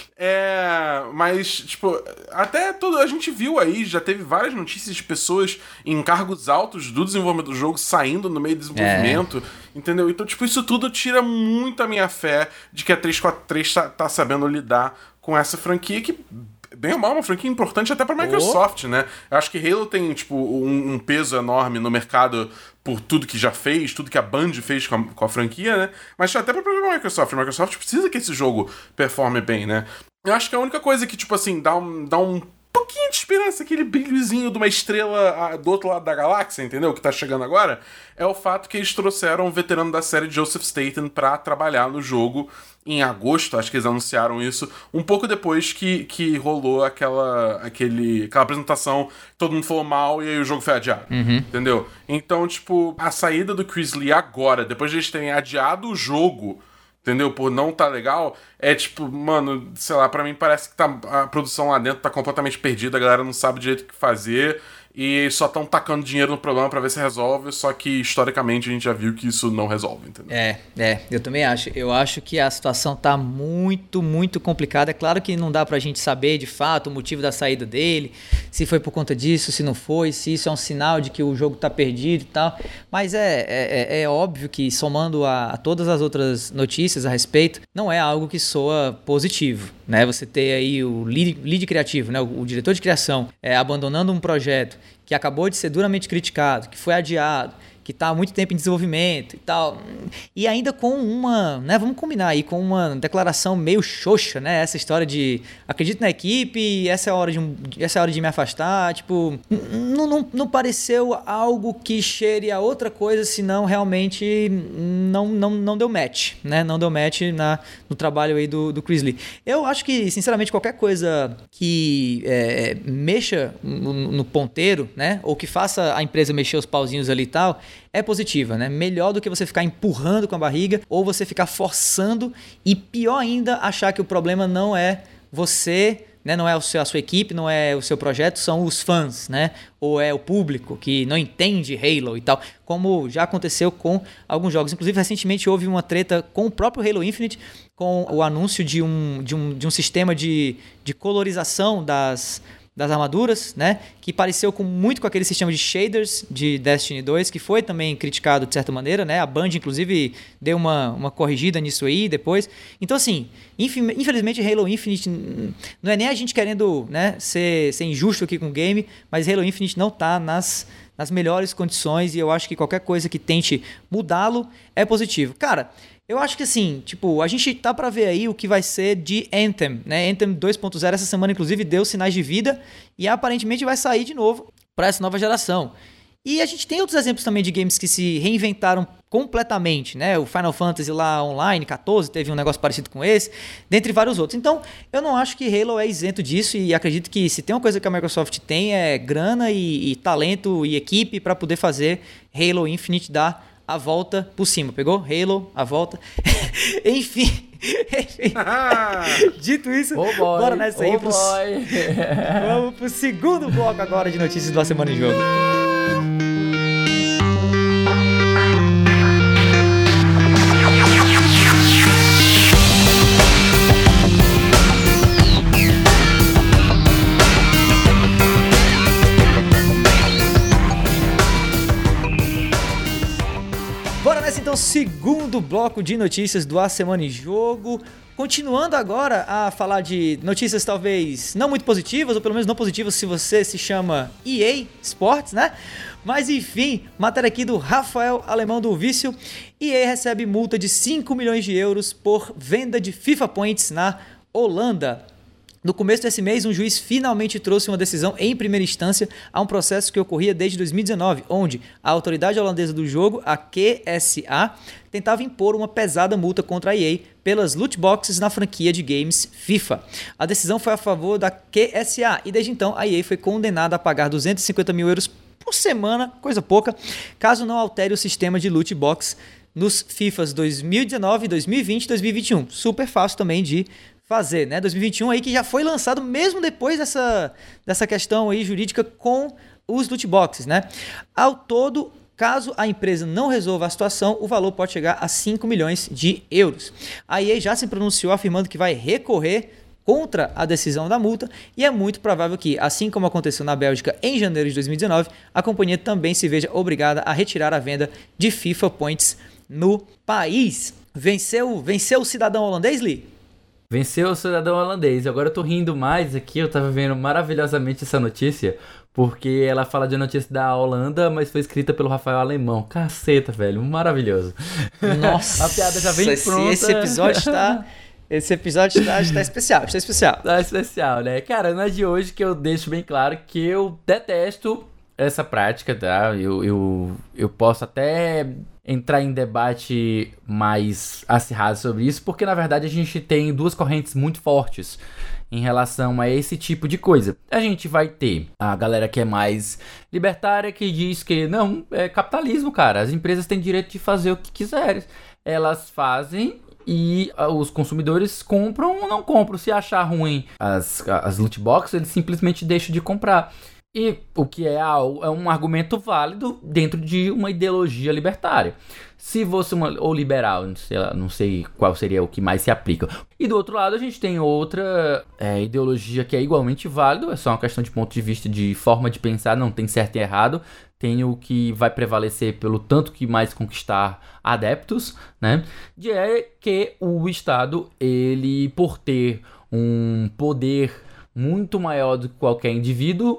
Mas, tipo, até a gente viu aí, já teve várias notícias de pessoas em cargos altos do desenvolvimento do jogo saindo no meio do desenvolvimento, entendeu? Então, tipo, isso tudo tira muito a minha fé de que a 343 tá sabendo lidar com essa franquia que, bem ou mal, é uma franquia importante até pra Microsoft, né? Eu acho que Halo tem, tipo, um peso enorme no mercado por tudo que já fez, tudo que a Band fez com a franquia, né? Mas até pra Microsoft. A Microsoft precisa que esse jogo performe bem, né? Eu acho que a única coisa que, tipo assim, dá um pouquinho de esperança, aquele brilhozinho de uma estrela do outro lado da galáxia, entendeu? Que tá chegando agora, é o fato que eles trouxeram um veterano da série, Joseph Staten, pra trabalhar no jogo em agosto. Acho que eles anunciaram isso um pouco depois que rolou aquela apresentação, todo mundo falou mal e aí o jogo foi adiado, entendeu? Então, tipo, a saída do Chris Lee agora, depois de eles terem adiado o jogo, entendeu? Por não tá legal, tipo, mano, sei lá, pra mim parece que a produção lá dentro tá completamente perdida, a galera não sabe direito o que fazer e só tão tacando dinheiro no problema pra ver se resolve, só que historicamente a gente já viu que isso não resolve, entendeu? Eu também acho. Eu acho que a situação tá muito, muito complicada. É claro que não dá pra gente saber de fato o motivo da saída dele, se foi por conta disso, se não foi, se isso é um sinal de que o jogo tá perdido e tal, mas é óbvio que somando a todas as outras notícias a respeito, não é algo que soa positivo, né? Você ter aí o lead criativo, né? O diretor de criação abandonando um projeto que acabou de ser duramente criticado, que foi adiado, que tá há muito tempo em desenvolvimento e tal. E ainda com uma, né, vamos combinar aí, com uma declaração meio xoxa, né? Essa história de acredito na equipe, essa é a hora de me afastar. Tipo, não pareceu algo que cheire a outra coisa, senão realmente não deu match, né? Não deu match no trabalho aí do Chris Lee. Eu acho que, sinceramente, qualquer coisa que mexa no ponteiro, né? Ou que faça a empresa mexer os pauzinhos ali e tal, é positiva, né? Melhor do que você ficar empurrando com a barriga ou você ficar forçando e pior ainda, achar que o problema não é você, né? Não é a sua equipe, não é o seu projeto, são os fãs, né? Ou é o público que não entende Halo e tal, como já aconteceu com alguns jogos. Inclusive, recentemente houve uma treta com o próprio Halo Infinite, com o anúncio de um sistema de colorização das armaduras, né? Que pareceu muito com aquele sistema de shaders de Destiny 2, que foi também criticado de certa maneira, né? A Band, inclusive, deu uma corrigida nisso aí depois. Então, assim, infelizmente, Halo Infinite não é nem a gente querendo, né, ser injusto aqui com o game, mas Halo Infinite não tá nas melhores condições e eu acho que qualquer coisa que tente mudá-lo é positivo. Cara, eu acho que assim, tipo, a gente tá pra ver aí o que vai ser de Anthem, né? Anthem 2.0 essa semana, inclusive, deu sinais de vida e aparentemente vai sair de novo pra essa nova geração. E a gente tem outros exemplos também de games que se reinventaram completamente, né? O Final Fantasy lá Online 14 teve um negócio parecido com esse, dentre vários outros. Então, eu não acho que Halo é isento disso e acredito que se tem uma coisa que a Microsoft tem é grana e talento e equipe pra poder fazer Halo Infinite dar a volta por cima, pegou? Halo, a volta. Enfim. Dito isso, bora nessa aí. Vamos pro segundo bloco agora de notícias da Semana em Jogo. Então, segundo bloco de notícias do A Semana em Jogo. Continuando agora a falar de notícias talvez não muito positivas, ou pelo menos não positivas se você se chama EA Sports, né? Mas enfim, matéria aqui do Rafael Alemão do Vício. EA recebe multa de 5 milhões de euros por venda de FIFA Points na Holanda. No começo desse mês, um juiz finalmente trouxe uma decisão em primeira instância a um processo que ocorria desde 2019, onde a autoridade holandesa do jogo, a QSA, tentava impor uma pesada multa contra a EA pelas loot boxes na franquia de games FIFA. A decisão foi a favor da QSA e desde então a EA foi condenada a pagar 250 mil euros por semana, coisa pouca, caso não altere o sistema de loot box nos FIFAs 2019, 2020 e 2021. Super fácil também de fazer, né? 2021 aí que já foi lançado mesmo depois dessa questão aí jurídica com os loot boxes, né? Ao todo, caso a empresa não resolva a situação, o valor pode chegar a 5 milhões de euros. A EA já se pronunciou afirmando que vai recorrer contra a decisão da multa e é muito provável que, assim como aconteceu na Bélgica em janeiro de 2019, a companhia também se veja obrigada a retirar a venda de FIFA Points no país. Venceu o cidadão holandês, Lee? Venceu o cidadão holandês. Agora eu tô rindo mais aqui, eu tava vendo maravilhosamente essa notícia, porque ela fala de notícia da Holanda, mas foi escrita pelo Rafael Alemão. Caceta, velho, maravilhoso. Nossa, a piada já vem pronta. Esse episódio está especial, está especial. Tá especial, né? Cara, não é de hoje que eu deixo bem claro que eu detesto essa prática, tá? Eu posso até entrar em debate mais acirrado sobre isso, porque na verdade a gente tem duas correntes muito fortes em relação a esse tipo de coisa. A gente vai ter a galera que é mais libertária, que diz que não, é capitalismo, cara, as empresas têm direito de fazer o que quiserem, elas fazem e os consumidores compram ou não compram. Se achar ruim as loot boxes, eles simplesmente deixam de comprar. E o que é um argumento válido dentro de uma ideologia libertária. Se fosse ou liberal, não sei qual seria o que mais se aplica. E do outro lado a gente tem outra ideologia que é igualmente válida, é só uma questão de ponto de vista, de forma de pensar, não tem certo e errado. Tem o que vai prevalecer pelo tanto que mais conquistar adeptos, né? De que o Estado, ele, por ter um poder muito maior do que qualquer indivíduo,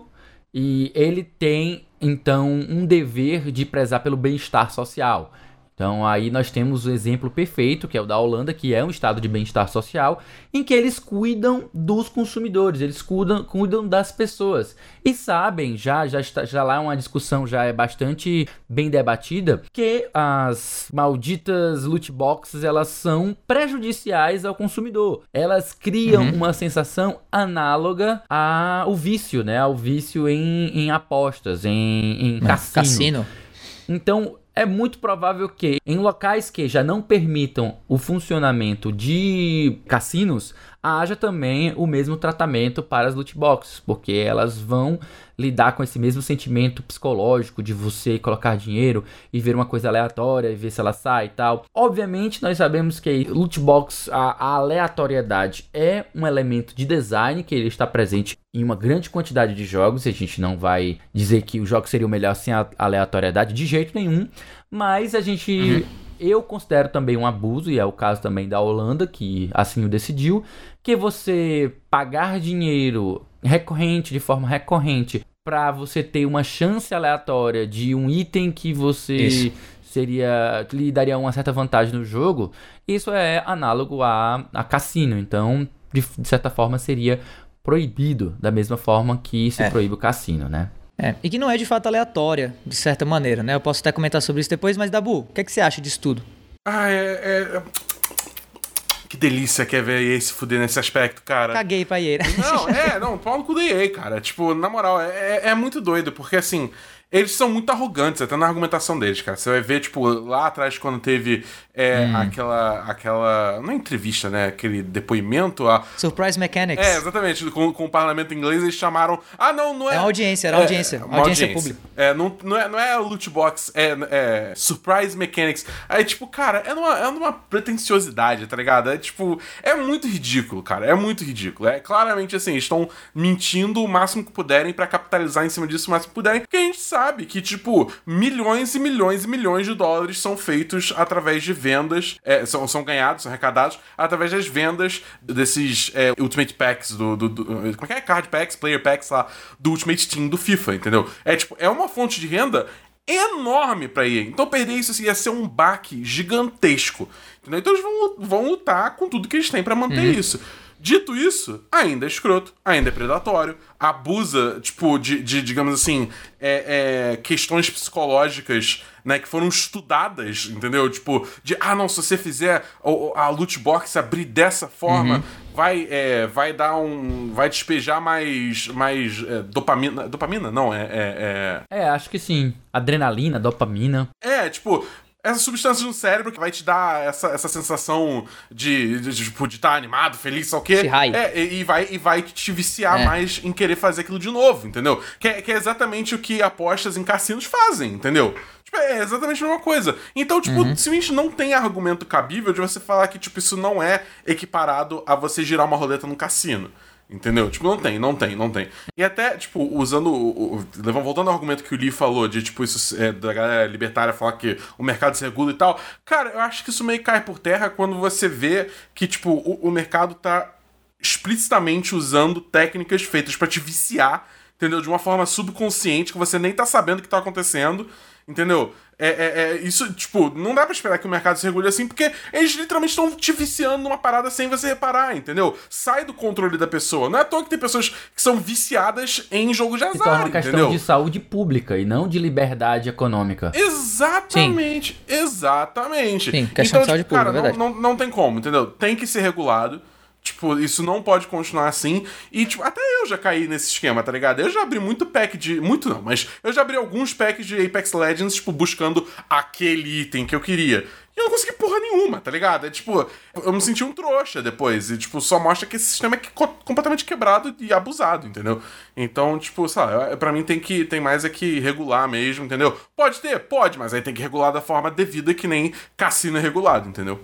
e ele tem, então, um dever de prezar pelo bem-estar social. Então aí nós temos o exemplo perfeito, que é o da Holanda, que é um estado de bem-estar social, em que eles cuidam dos consumidores, eles cuidam das pessoas. E sabem, já lá é uma discussão, já é bastante bem debatida, que as malditas loot boxes, elas são prejudiciais ao consumidor. Elas criam uma sensação análoga ao vício, né? Ao vício em apostas, em cassino. Então, é muito provável que em locais que já não permitam o funcionamento de cassinos, haja também o mesmo tratamento para as loot boxes, porque elas vão lidar com esse mesmo sentimento psicológico de você colocar dinheiro e ver uma coisa aleatória e ver se ela sai e tal. Obviamente, nós sabemos que loot box, a aleatoriedade é um elemento de design que ele está presente em uma grande quantidade de jogos, e a gente não vai dizer que o jogo seria o melhor sem a aleatoriedade de jeito nenhum, mas a gente... Eu considero também um abuso, e é o caso também da Holanda, que assim o decidiu, que você pagar dinheiro de forma recorrente, para você ter uma chance aleatória de um item que você lhe daria uma certa vantagem no jogo, isso é análogo a cassino. Então, de certa forma, seria proibido, da mesma forma que se proíbe o cassino, né? E que não é de fato aleatória, de certa maneira, né? Eu posso até comentar sobre isso depois, mas Dabu, o que é que você acha disso tudo? Que delícia que é ver a EA se fuder nesse aspecto, cara. Caguei pra EA. Não, pau no cu da EA, cara. Tipo, na moral, é muito doido, porque assim... Eles são muito arrogantes, até na argumentação deles, cara. Você vai ver, tipo, lá atrás, quando teve aquela... Não é entrevista, né? Aquele depoimento. Surprise Mechanics. Exatamente. Com o parlamento inglês, eles chamaram... não é... É uma audiência, audiência pública. Não é loot box, é Surprise Mechanics. Aí, tipo, cara, é numa pretensiosidade, tá ligado? É muito ridículo, cara. É muito ridículo. É claramente, assim, estão mentindo o máximo que puderem pra capitalizar em cima disso o máximo que puderem, porque a gente sabe que, tipo, milhões e milhões e milhões de dólares são feitos através de vendas, são ganhados, são arrecadados através das vendas desses Ultimate Packs como é que é? Card Packs, Player Packs lá, do Ultimate Team do FIFA, entendeu? É uma fonte de renda enorme pra EA. Então perder isso ia ser um baque gigantesco, entendeu? Então eles vão lutar com tudo que eles têm pra manter isso. Dito isso, ainda é escroto, ainda é predatório, abusa, tipo, de digamos assim, questões psicológicas, né, que foram estudadas, entendeu? Tipo, se você fizer a loot box abrir dessa forma, vai despejar mais dopamina. Dopamina? Não, acho que sim. Adrenalina, dopamina. Essa substância no cérebro que vai te dar essa sensação de estar animado, feliz, sei o quê. E vai te viciar mais em querer fazer aquilo de novo, entendeu? Que é exatamente o que apostas em cassinos fazem, entendeu? É exatamente a mesma coisa. Então, simplesmente não tem argumento cabível de você falar que, isso não é equiparado a você girar uma roleta num cassino. Entendeu? Não tem. E até, voltando ao argumento que o Lee falou de, isso da galera libertária falar que o mercado se regula e tal, cara, eu acho que isso meio cai por terra quando você vê que, o mercado tá explicitamente usando técnicas feitas pra te viciar, entendeu? De uma forma subconsciente, que você nem tá sabendo o que tá acontecendo, entendeu? Isso, não dá pra esperar que o mercado se regule assim, porque eles literalmente estão te viciando numa parada sem você reparar, entendeu? Sai do controle da pessoa. Não é à toa que tem pessoas que são viciadas em jogos de azar, torna uma questão de saúde pública e não de liberdade econômica. Exatamente. Sim, questão de saúde pública, cara, verdade. Não tem como, entendeu? Tem que ser regulado. Isso não pode continuar assim. E, até eu já caí nesse esquema, tá ligado? Eu já abri muito pack de... Muito não, mas eu já abri alguns packs de Apex Legends, buscando aquele item que eu queria. E eu não consegui porra nenhuma, tá ligado? Eu me senti um trouxa depois. E, só mostra que esse sistema é completamente quebrado e abusado, entendeu? Então, sabe, pra mim tem mais que regular mesmo, entendeu? Pode ter? Pode, mas aí tem que regular da forma devida, que nem cassino é regulado, entendeu?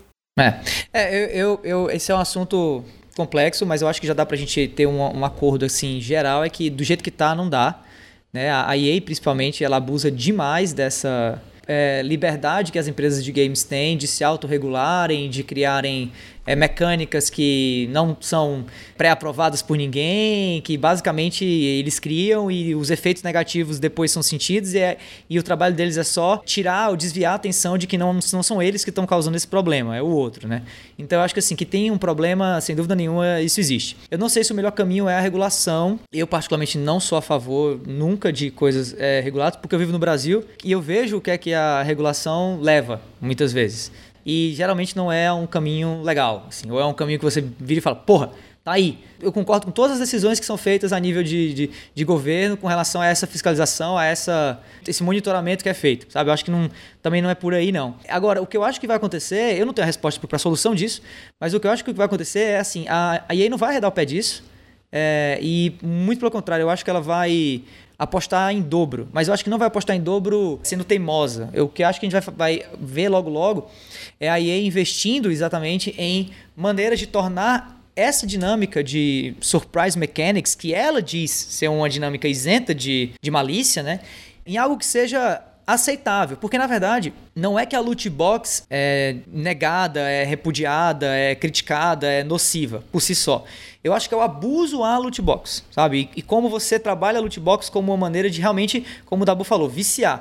Esse é um assunto complexo, mas eu acho que já dá pra gente ter um acordo assim geral, é que do jeito que tá, não dá, né? A EA, principalmente, ela abusa demais dessa liberdade que as empresas de games têm de se autorregularem, de criarem mecânicas que não são pré-aprovadas por ninguém, que basicamente eles criam e os efeitos negativos depois são sentidos e o trabalho deles é só tirar ou desviar a atenção de que não são eles que estão causando esse problema, é o outro, né? Então eu acho que assim, que tem um problema, sem dúvida nenhuma, isso existe. Eu não sei se o melhor caminho é a regulação. Eu particularmente não sou a favor nunca de coisas reguladas, porque eu vivo no Brasil e eu vejo o que é que a regulação leva, muitas vezes. E geralmente não é um caminho legal, assim, ou é um caminho que você vira e fala, porra, tá aí. Eu concordo com todas as decisões que são feitas a nível de governo com relação a essa fiscalização, a esse monitoramento que é feito, sabe? Eu acho que também não é por aí, não. Agora, o que eu acho que vai acontecer, eu não tenho a resposta para a solução disso, mas o que eu acho que vai acontecer é assim, a EA não vai arredar o pé disso, e muito pelo contrário, eu acho que ela vai apostar em dobro, mas eu acho que não vai apostar em dobro sendo teimosa. O que eu acho que a gente vai ver logo é a EA investindo exatamente em maneiras de tornar essa dinâmica de surprise mechanics, que ela diz ser uma dinâmica isenta de malícia, né, em algo que seja aceitável, porque na verdade não é que a loot box é negada, é repudiada, é criticada, é nociva por si só. Eu acho que é o abuso à loot box, sabe? E como você trabalha a loot box como uma maneira de realmente, como o Dabu falou, viciar.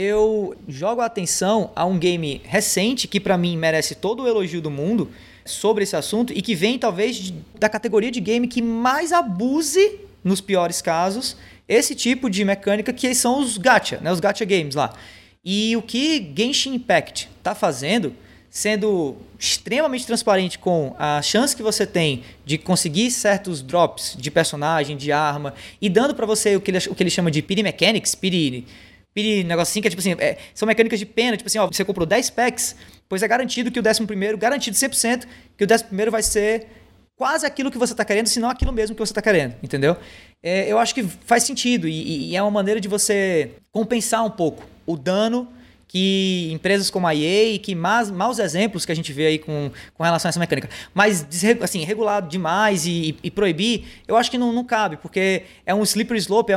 Eu jogo a atenção a um game recente que pra mim merece todo o elogio do mundo sobre esse assunto e que vem talvez da categoria de game que mais abuse, nos piores casos, esse tipo de mecânica que são os gacha, né? Os gacha games lá. E o que Genshin Impact está fazendo, sendo extremamente transparente com a chance que você tem de conseguir certos drops de personagem, de arma, e dando para você o que ele chama de pity mechanics, pity negócio assim, que é tipo assim, são mecânicas de pena, tipo assim, ó, você comprou 10 packs, pois é garantido que o 11º, garantido 100%, que o 11º vai ser quase aquilo que você está querendo, se não aquilo mesmo que você está querendo, entendeu? Eu acho que faz sentido e é uma maneira de você compensar um pouco o dano que empresas como a EA e que maus exemplos que a gente vê aí com relação a essa mecânica. Mas, assim, regular demais e proibir, eu acho que não cabe, porque é um slippery slope,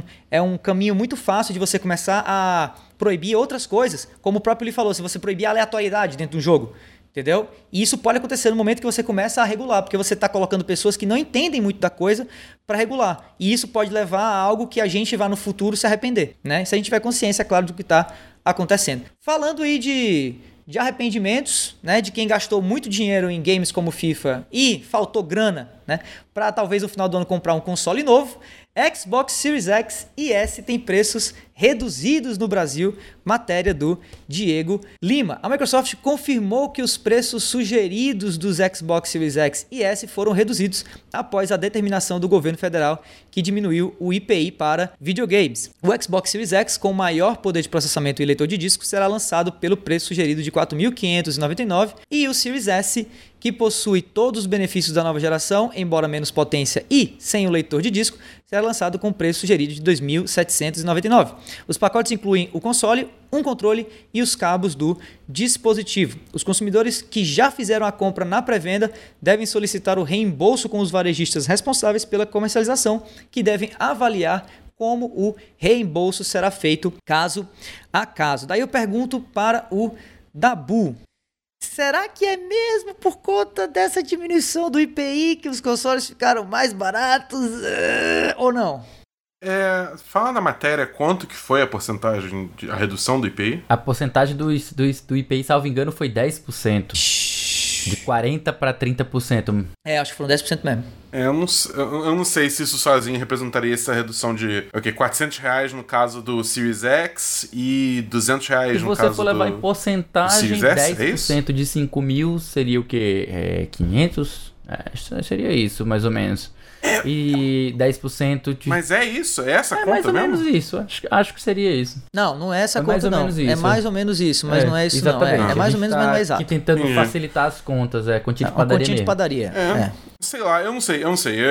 é um caminho muito fácil de você começar a proibir outras coisas, como o próprio Lee falou, se você proibir a aleatoriedade dentro do jogo. Entendeu? E isso pode acontecer no momento que você começa a regular, porque você está colocando pessoas que não entendem muito da coisa para regular. E isso pode levar a algo que a gente vai no futuro se arrepender, né? Se a gente tiver consciência, claro, do que está acontecendo. Falando aí de arrependimentos, né? De quem gastou muito dinheiro em games como FIFA e faltou grana, né? Para talvez no final do ano comprar um console novo, Xbox Series X e S tem preços reduzidos no Brasil, matéria do Diego Lima. A Microsoft confirmou que os preços sugeridos dos Xbox Series X e S foram reduzidos após a determinação do governo federal que diminuiu o IPI para videogames. O Xbox Series X, com maior poder de processamento e leitor de disco, será lançado pelo preço sugerido de R$ 4.599 e o Series S, que possui todos os benefícios da nova geração, embora menos potência e sem o leitor de disco, será lançado com o preço sugerido de R$ 2.799. Os pacotes incluem o console, um controle e os cabos do dispositivo. Os consumidores que já fizeram a compra na pré-venda devem solicitar o reembolso com os varejistas responsáveis pela comercialização, que devem avaliar como o reembolso será feito caso a caso. Daí eu pergunto para o Dabu. Será que é mesmo por conta dessa diminuição do IPI que os consoles ficaram mais baratos ou não? Fala na matéria quanto que foi a porcentagem, a redução do IPI? A porcentagem do IPI, salvo engano, foi 10%. De 40% para 30%. Acho que foram 10% mesmo. Eu não sei se isso sozinho representaria essa redução de R$400 no caso do Series X e R$200 no caso do... Se você for levar em porcentagem, 10% de 5 mil seria o quê? 500? Seria isso, mais ou menos. E 10% de... Mas é isso? É essa conta mais ou mesmo? menos isso. Acho que seria isso. Não é essa conta mais ou não. menos isso. É mais ou menos isso, mas não é isso exatamente. não. É mais ou menos, mas não é exato. Aqui tentando facilitar as contas, continha de padaria continha de padaria. Sei lá, eu não sei.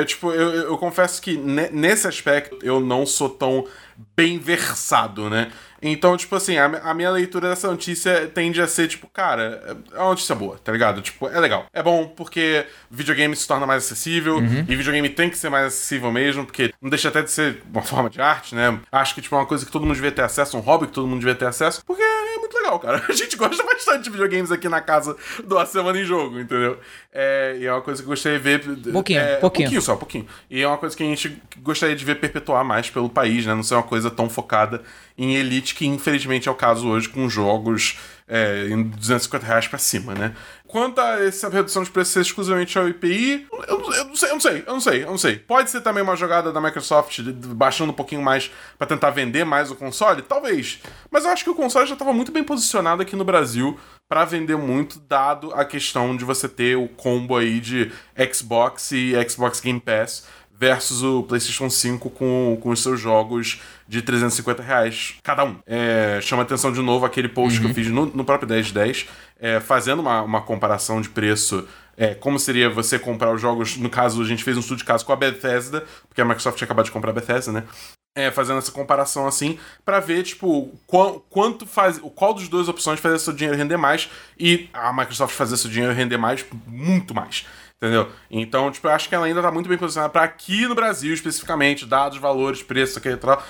Eu confesso que nesse aspecto eu não sou tão bem versado, né? Então, tipo assim, a minha leitura dessa notícia tende a ser, tipo, cara, é uma notícia boa, tá ligado? Tipo, é legal. É bom porque videogame se torna mais acessível e videogame tem que ser mais acessível mesmo, porque não deixa até de ser uma forma de arte, né? Acho que, tipo, é uma coisa que todo mundo devia ter acesso, um hobby que todo mundo devia ter acesso, porque é muito legal legal, cara. A gente gosta bastante de videogames aqui na casa do A Semana em Jogo, entendeu? E é uma coisa que eu gostaria de ver... Pouquinho. E é uma coisa que a gente gostaria de ver perpetuar mais pelo país, né? Não ser uma coisa tão focada em elite, que infelizmente é o caso hoje com jogos em R$250 pra cima, né? Quanto a essa redução de preço ser exclusivamente ao IPI, eu não sei. Pode ser também uma jogada da Microsoft baixando um pouquinho mais pra tentar vender mais o console? Talvez. Mas eu acho que o console já estava muito bem posicionado aqui no Brasil pra vender muito, dado a questão de você ter o combo aí de Xbox e Xbox Game Pass versus o PlayStation 5 com os seus jogos de R$350 cada um. Chama atenção de novo aquele post que eu fiz no próprio 1010, fazendo uma comparação de preço, como seria você comprar os jogos. No caso, a gente fez um estudo de caso com a Bethesda, porque a Microsoft tinha acabado de comprar a Bethesda, né? Fazendo essa comparação assim, pra ver, tipo, qual dos duas opções fazer seu dinheiro render mais, e a Microsoft fazer seu dinheiro render mais, muito mais. Entendeu? Então, tipo, eu acho que ela ainda tá muito bem posicionada pra aqui no Brasil, especificamente, dados, valores, preço, aquele tal,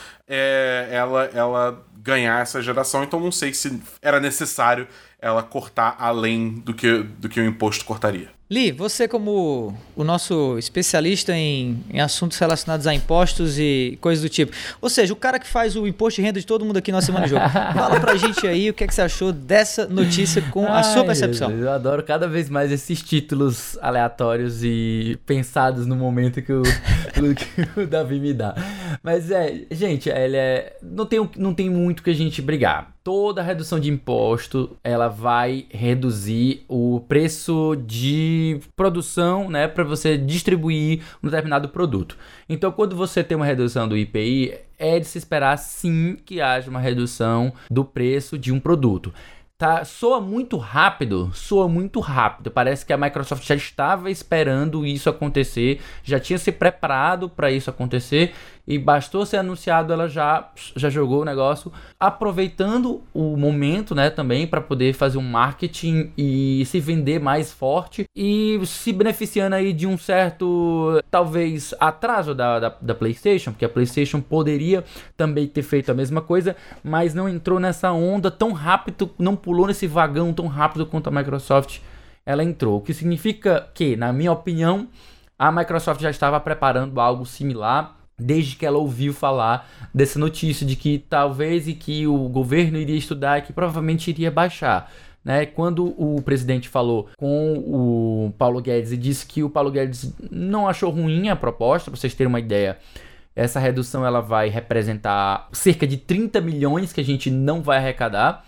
ela ganhar essa geração. Então, não sei se era necessário ela cortar além do que o imposto cortaria. Li, você como o nosso especialista em assuntos relacionados a impostos e coisas do tipo, ou seja, o cara que faz o imposto de renda de todo mundo aqui na Semana de Jogo, fala pra gente aí o que é que você achou dessa notícia com a sua percepção. Jesus, eu adoro cada vez mais esses títulos aleatórios e pensados no momento que o Davi me dá. Mas gente, não tem muito que a gente brigar. Toda redução de imposto, ela vai reduzir o preço de produção, né, para você distribuir um determinado produto. Então, quando você tem uma redução do IPI, é de se esperar sim que haja uma redução do preço de um produto. Tá, soa muito rápido. Parece que a Microsoft já estava esperando isso acontecer, já tinha se preparado para isso acontecer e bastou ser anunciado, ela já jogou o negócio, aproveitando o momento, né, também para poder fazer um marketing e se vender mais forte e se beneficiando aí de um certo, talvez, atraso da PlayStation, porque a PlayStation poderia também ter feito a mesma coisa, mas não entrou nessa onda tão rápido, não pulou nesse vagão tão rápido quanto a Microsoft ela entrou. O que significa que, na minha opinião, a Microsoft já estava preparando algo similar desde que ela ouviu falar dessa notícia de que talvez e que o governo iria estudar e que provavelmente iria baixar. Né? Quando o presidente falou com o Paulo Guedes e disse que o Paulo Guedes não achou ruim a proposta, para vocês terem uma ideia, essa redução ela vai representar cerca de 30 milhões que a gente não vai arrecadar.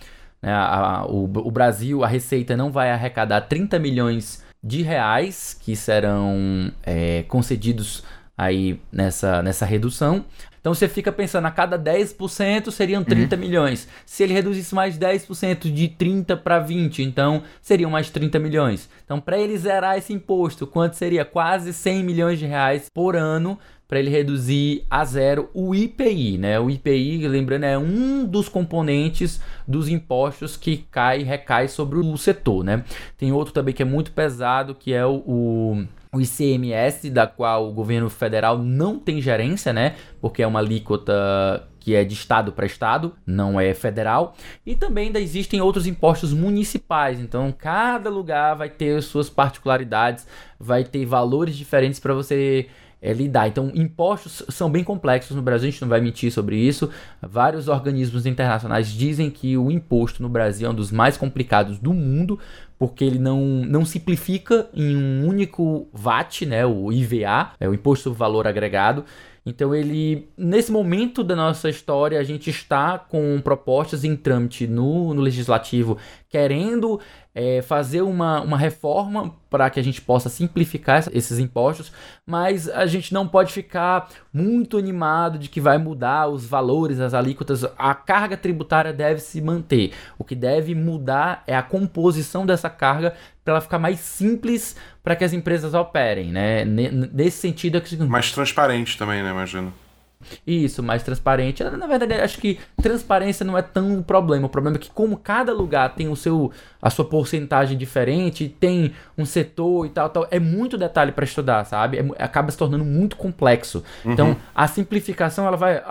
O Brasil, a Receita não vai arrecadar 30 milhões de reais que serão concedidos aí nessa redução. Então você fica pensando, a cada 10% seriam 30 milhões. Se ele reduzisse mais 10% de 30 para 20, então seriam mais 30 milhões. Então para ele zerar esse imposto, quanto seria? Quase 100 milhões de reais por ano para ele reduzir a zero o IPI, né? O IPI, lembrando, é um dos componentes dos impostos que recai sobre o setor, né? Tem outro também que é muito pesado, que é o ICMS, da qual o governo federal não tem gerência, né? Porque é uma alíquota que é de estado para estado, não é federal. E também ainda existem outros impostos municipais. Então, cada lugar vai ter suas particularidades, vai ter valores diferentes para você lidar. Então, impostos são bem complexos no Brasil, a gente não vai mentir sobre isso. Vários organismos internacionais dizem que o imposto no Brasil é um dos mais complicados do mundo, porque ele não simplifica em um único VAT, né, o IVA, o Imposto do Valor Agregado. Então, nesse momento da nossa história, a gente está com propostas em trâmite no Legislativo, querendo fazer uma reforma para que a gente possa simplificar esses impostos, mas a gente não pode ficar muito animado de que vai mudar os valores, as alíquotas. A carga tributária deve se manter. O que deve mudar é a composição dessa carga para ela ficar mais simples para que as empresas operem, né? Nesse sentido é que... Mais transparente também, né? Imagino. Isso, mais transparente. Na verdade, acho que transparência não é tão um problema. O problema é que, como cada lugar tem a sua porcentagem diferente, tem um setor e tal, é muito detalhe para estudar, sabe? Acaba se tornando muito complexo. Então, a simplificação, ela vai...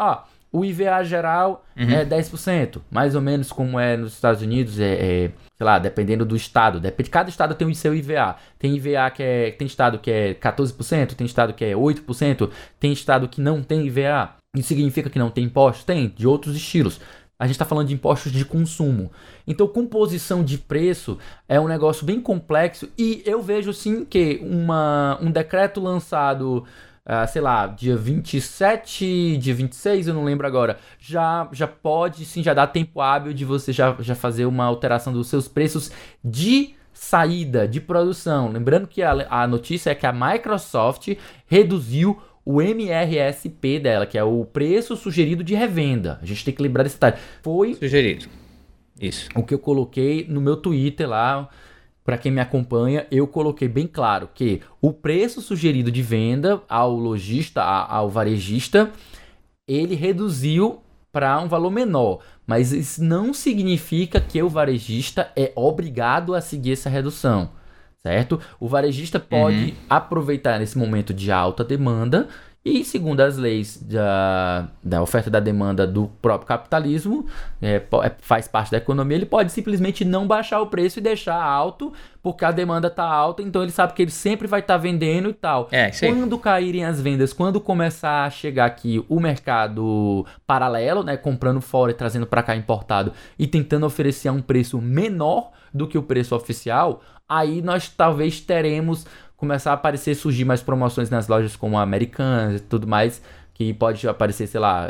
O IVA geral é 10%, mais ou menos como é nos Estados Unidos, sei lá, dependendo do estado. Cada estado tem o seu IVA. Tem IVA tem estado que é 14%, tem estado que é 8%, tem estado que não tem IVA. Isso significa que não tem impostos? Tem, de outros estilos. A gente está falando de impostos de consumo. Então, composição de preço é um negócio bem complexo e eu vejo sim que um decreto lançado, sei lá, dia 27, dia 26, eu não lembro agora, já pode sim, já dá tempo hábil de você já fazer uma alteração dos seus preços de saída, de produção. Lembrando que a notícia é que a Microsoft reduziu o MRSP dela, que é o preço sugerido de revenda. A gente tem que lembrar desse detalhe. Foi sugerido. Isso. O que eu coloquei no meu Twitter lá, para quem me acompanha, eu coloquei bem claro que o preço sugerido de venda ao lojista, ao varejista, ele reduziu para um valor menor. Mas isso não significa que o varejista é obrigado a seguir essa redução. Certo? O varejista pode aproveitar nesse momento de alta demanda e, segundo as leis da oferta e da demanda do próprio capitalismo, faz parte da economia, ele pode simplesmente não baixar o preço e deixar alto, porque a demanda está alta, então ele sabe que ele sempre vai estar vendendo e tal. Quando caírem as vendas, quando começar a chegar aqui o mercado paralelo, né, comprando fora e trazendo para cá importado e tentando oferecer a um preço menor do que o preço oficial, aí nós talvez começar a surgir mais promoções nas lojas como a Americanas e tudo mais, que pode aparecer, sei lá,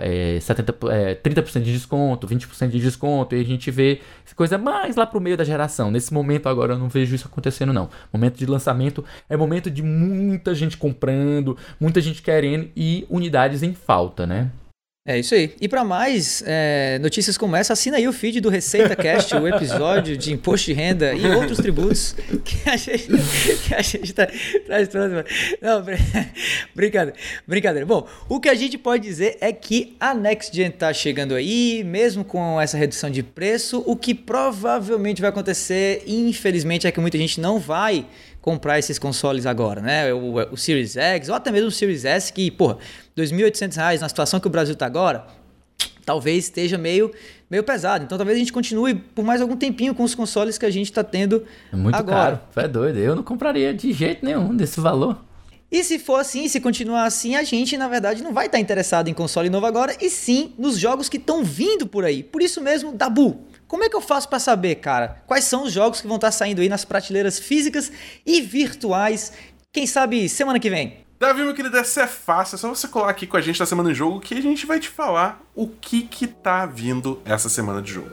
30% de desconto, 20% de desconto, e a gente vê essa coisa mais lá pro meio da geração. Nesse momento agora eu não vejo isso acontecendo não. Momento de lançamento é momento de muita gente comprando, muita gente querendo e unidades em falta, né? É isso aí. E para mais notícias como essa, assina aí o feed do Receita Cast, o episódio de imposto de renda e outros tributos que a gente traz pra semana. Não, brincadeira. Bom, o que a gente pode dizer é que a Next Gen tá chegando aí, mesmo com essa redução de preço. O que provavelmente vai acontecer, infelizmente, é que muita gente não vai comprar esses consoles agora, né? O Series X ou até mesmo o Series S, que, porra, R$2.800 na situação que o Brasil tá agora, talvez esteja meio pesado. Então talvez a gente continue por mais algum tempinho com os consoles que a gente tá tendo muito agora. Caro, é doido. Eu não compraria de jeito nenhum desse valor. E se for assim, se continuar assim, a gente, na verdade, não vai estar interessado em console novo agora, e sim nos jogos que estão vindo por aí. Por isso mesmo, Dabu, como é que eu faço para saber, cara, quais são os jogos que vão estar saindo aí nas prateleiras físicas e virtuais, quem sabe semana que vem? Davi, meu querido, essa é fácil, é só você colar aqui com a gente na Semana em Jogo que a gente vai te falar o que tá vindo essa semana de jogo.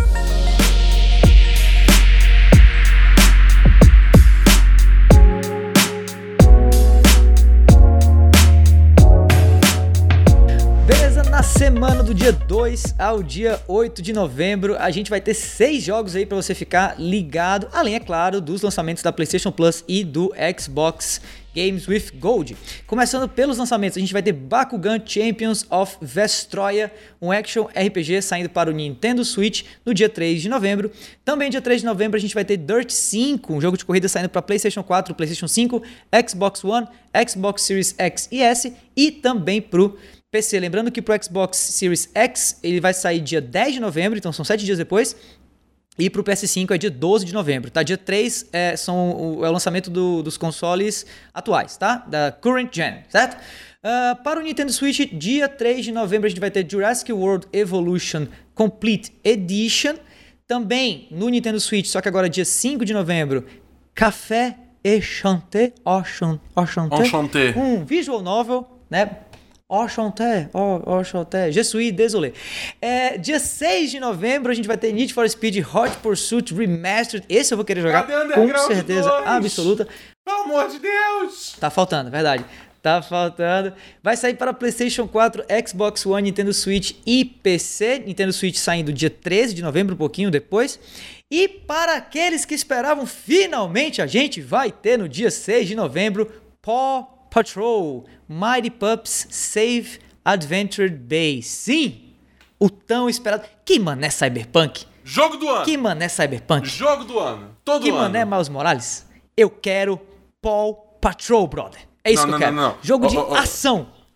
Na semana do dia 2 ao dia 8 de novembro, a gente vai ter 6 jogos aí para você ficar ligado, além, é claro, dos lançamentos da PlayStation Plus e do Xbox Games with Gold. Começando pelos lançamentos, a gente vai ter Bakugan Champions of Vestroia, um action RPG saindo para o Nintendo Switch no dia 3 de novembro. Também dia 3 de novembro a gente vai ter Dirt 5, um jogo de corrida saindo para PlayStation 4, PlayStation 5, Xbox One, Xbox Series X e S e também pro PC. Lembrando que pro Xbox Series X ele vai sair dia 10 de novembro, então são 7 dias depois. E pro PS5 é dia 12 de novembro, tá? Dia 3 é o lançamento dos consoles atuais, tá? Da Current Gen, certo? Para o Nintendo Switch, dia 3 de novembro a gente vai ter Jurassic World Evolution Complete Edition. Também no Nintendo Switch, só que agora dia 5 de novembro, Café Enchanté, um visual novel, né? Enchanté, je suis désolé. Dia 6 de novembro a gente vai ter Need for Speed Hot Pursuit Remastered. Esse eu vou querer jogar com certeza 2? Absoluta. Pelo amor de Deus! Tá faltando, verdade. Tá faltando. Vai sair para PlayStation 4, Xbox One, Nintendo Switch e PC. Nintendo Switch saindo dia 13 de novembro, um pouquinho depois. E para aqueles que esperavam, finalmente a gente vai ter no dia 6 de novembro Paw Patrol, Mighty Pups Save Adventure Bay. Sim, o tão esperado. Que mané Cyberpunk? Jogo do ano. Que mané Cyberpunk? Jogo do ano. Todo ano. Que mané Miles Morales? Eu quero Paw Patrol, brother. É isso que eu quero. Não. Jogo de ação.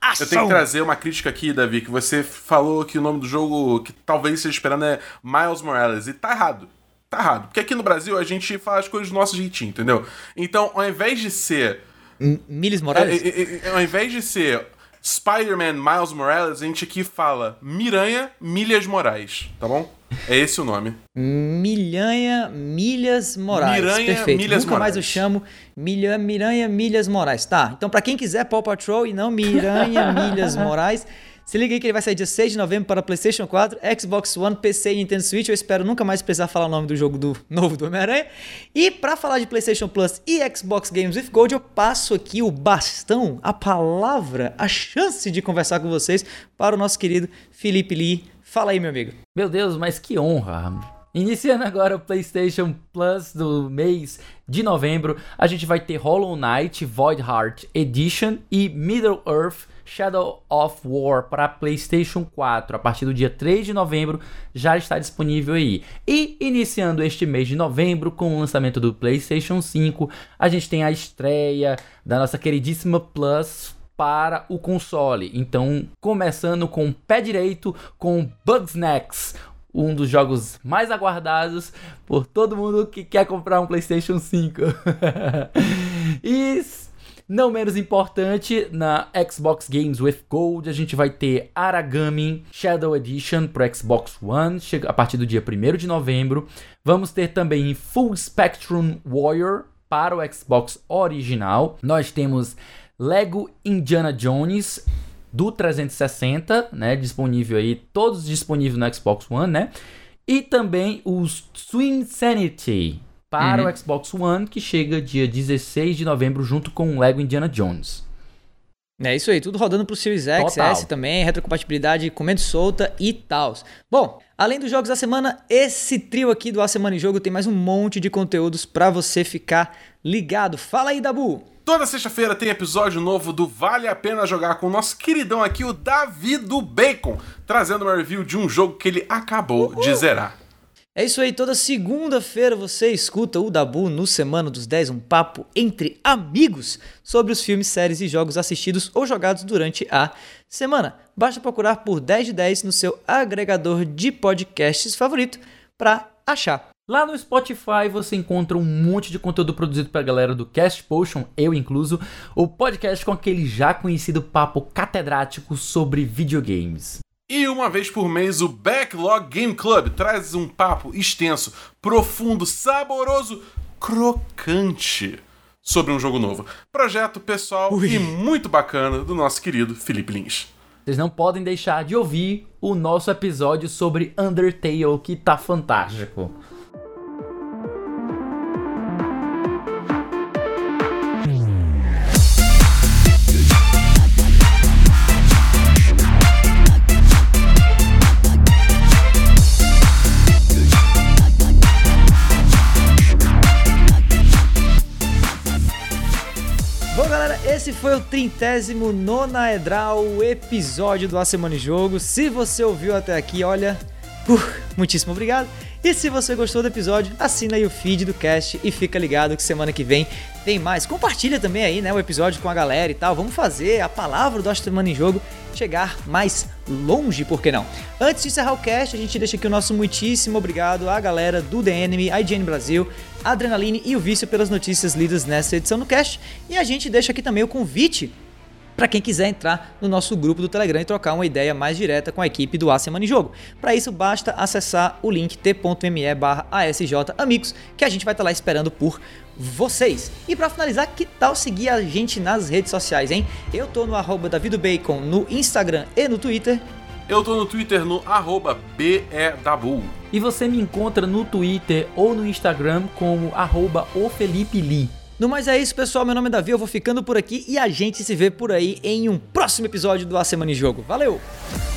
Eu tenho que trazer uma crítica aqui, Davi, que você falou que o nome do jogo que talvez esteja esperando é Miles Morales. E tá errado. Tá errado. Porque aqui no Brasil a gente faz as coisas do nosso jeitinho, entendeu? Então, ao invés de ser... Miles Morales? Ao invés de ser Spider-Man Miles Morales, a gente aqui fala Miranha Milhas Morais, tá bom? É esse o nome. Miranha Milhas Morais. Miranha Perfeito. Milhas Nunca Morais. mais eu chamo Miranha Milhas Morais. Tá, então pra quem quiser Paw Patrol e não Miranha Milhas Morais, se liga aí que ele vai sair dia 6 de novembro para PlayStation 4, Xbox One, PC e Nintendo Switch. Eu espero nunca mais precisar falar o nome do jogo novo do Homem-Aranha. E pra falar de PlayStation Plus e Xbox Games with Gold, eu passo aqui o bastão, a palavra, a chance de conversar com vocês para o nosso querido Felipe Lee. Fala aí, meu amigo. Meu Deus, mas que honra! Iniciando agora o PlayStation Plus do mês de novembro, a gente vai ter Hollow Knight Void Heart Edition e Middle-earth Shadow of War para PlayStation 4. A partir do dia 3 de novembro já está disponível aí. E iniciando este mês de novembro com o lançamento do PlayStation 5, a gente tem a estreia da nossa queridíssima Plus para o console. Então, começando com o pé direito com Bugsnax, um dos jogos mais aguardados por todo mundo que quer comprar um PlayStation 5. E não menos importante, na Xbox Games with Gold a gente vai ter Aragami Shadow Edition para Xbox One, chega a partir do dia 1º de novembro. Vamos ter também Full Spectrum Warrior para o Xbox original. Nós temos Lego Indiana Jones do 360, né, disponível aí, todos disponíveis no Xbox One, né? E também os Swing Sanity para o Xbox One, que chega dia 16 de novembro junto com o Lego Indiana Jones. É isso aí, tudo rodando pro Series X, Total. S também, retrocompatibilidade comendo solta e tal. Bom, além dos jogos da semana, esse trio aqui do A Semana em Jogo tem mais um monte de conteúdos pra você ficar ligado. Fala aí, Dabu! Toda sexta-feira tem episódio novo do Vale a Pena Jogar com o nosso queridão aqui, o Davi do Bacon, trazendo uma review de um jogo que ele acabou de zerar. É isso aí, toda segunda-feira você escuta o Dabu no Semana dos 10, um papo entre amigos sobre os filmes, séries e jogos assistidos ou jogados durante a semana. Basta procurar por 10 de 10 no seu agregador de podcasts favorito para achar. Lá no Spotify você encontra um monte de conteúdo produzido pela galera do Cast Potion, eu incluso, o podcast com aquele já conhecido papo catedrático sobre videogames. E uma vez por mês o Backlog Game Club traz um papo extenso, profundo, saboroso, crocante sobre um jogo novo. Projeto pessoal e muito bacana do nosso querido Felipe Lins. Vocês não podem deixar de ouvir o nosso episódio sobre Undertale, que tá fantástico. Bom, galera, esse foi o 39º episódio do A Semana em Jogo. Se você ouviu até aqui, olha, muitíssimo obrigado. E se você gostou do episódio, assina aí o feed do cast e fica ligado que semana que vem tem mais. Compartilha também aí, né, o episódio com a galera e tal. Vamos fazer a palavra do A Semana em Jogo chegar mais longe, por que não? Antes de encerrar o cast, a gente deixa aqui o nosso muitíssimo obrigado à galera do The Enemy, a IGN Brasil, Adrenaline e o Vício pelas notícias lidas nessa edição do cast. E a gente deixa aqui também o convite para quem quiser entrar no nosso grupo do Telegram e trocar uma ideia mais direta com a equipe do A Semana em Jogo. Para isso, basta acessar o link t.me/ASJamigos, que a gente vai estar lá esperando por vocês. E para finalizar, que tal seguir a gente nas redes sociais, hein? Eu tô no @davidobacon no Instagram e no Twitter. Eu tô no Twitter no @bedabu. E você me encontra no Twitter ou no Instagram como @oFelipeLi. No mais é isso, pessoal. Meu nome é Davi, eu vou ficando por aqui e a gente se vê por aí em um próximo episódio do A Semana em Jogo. Valeu!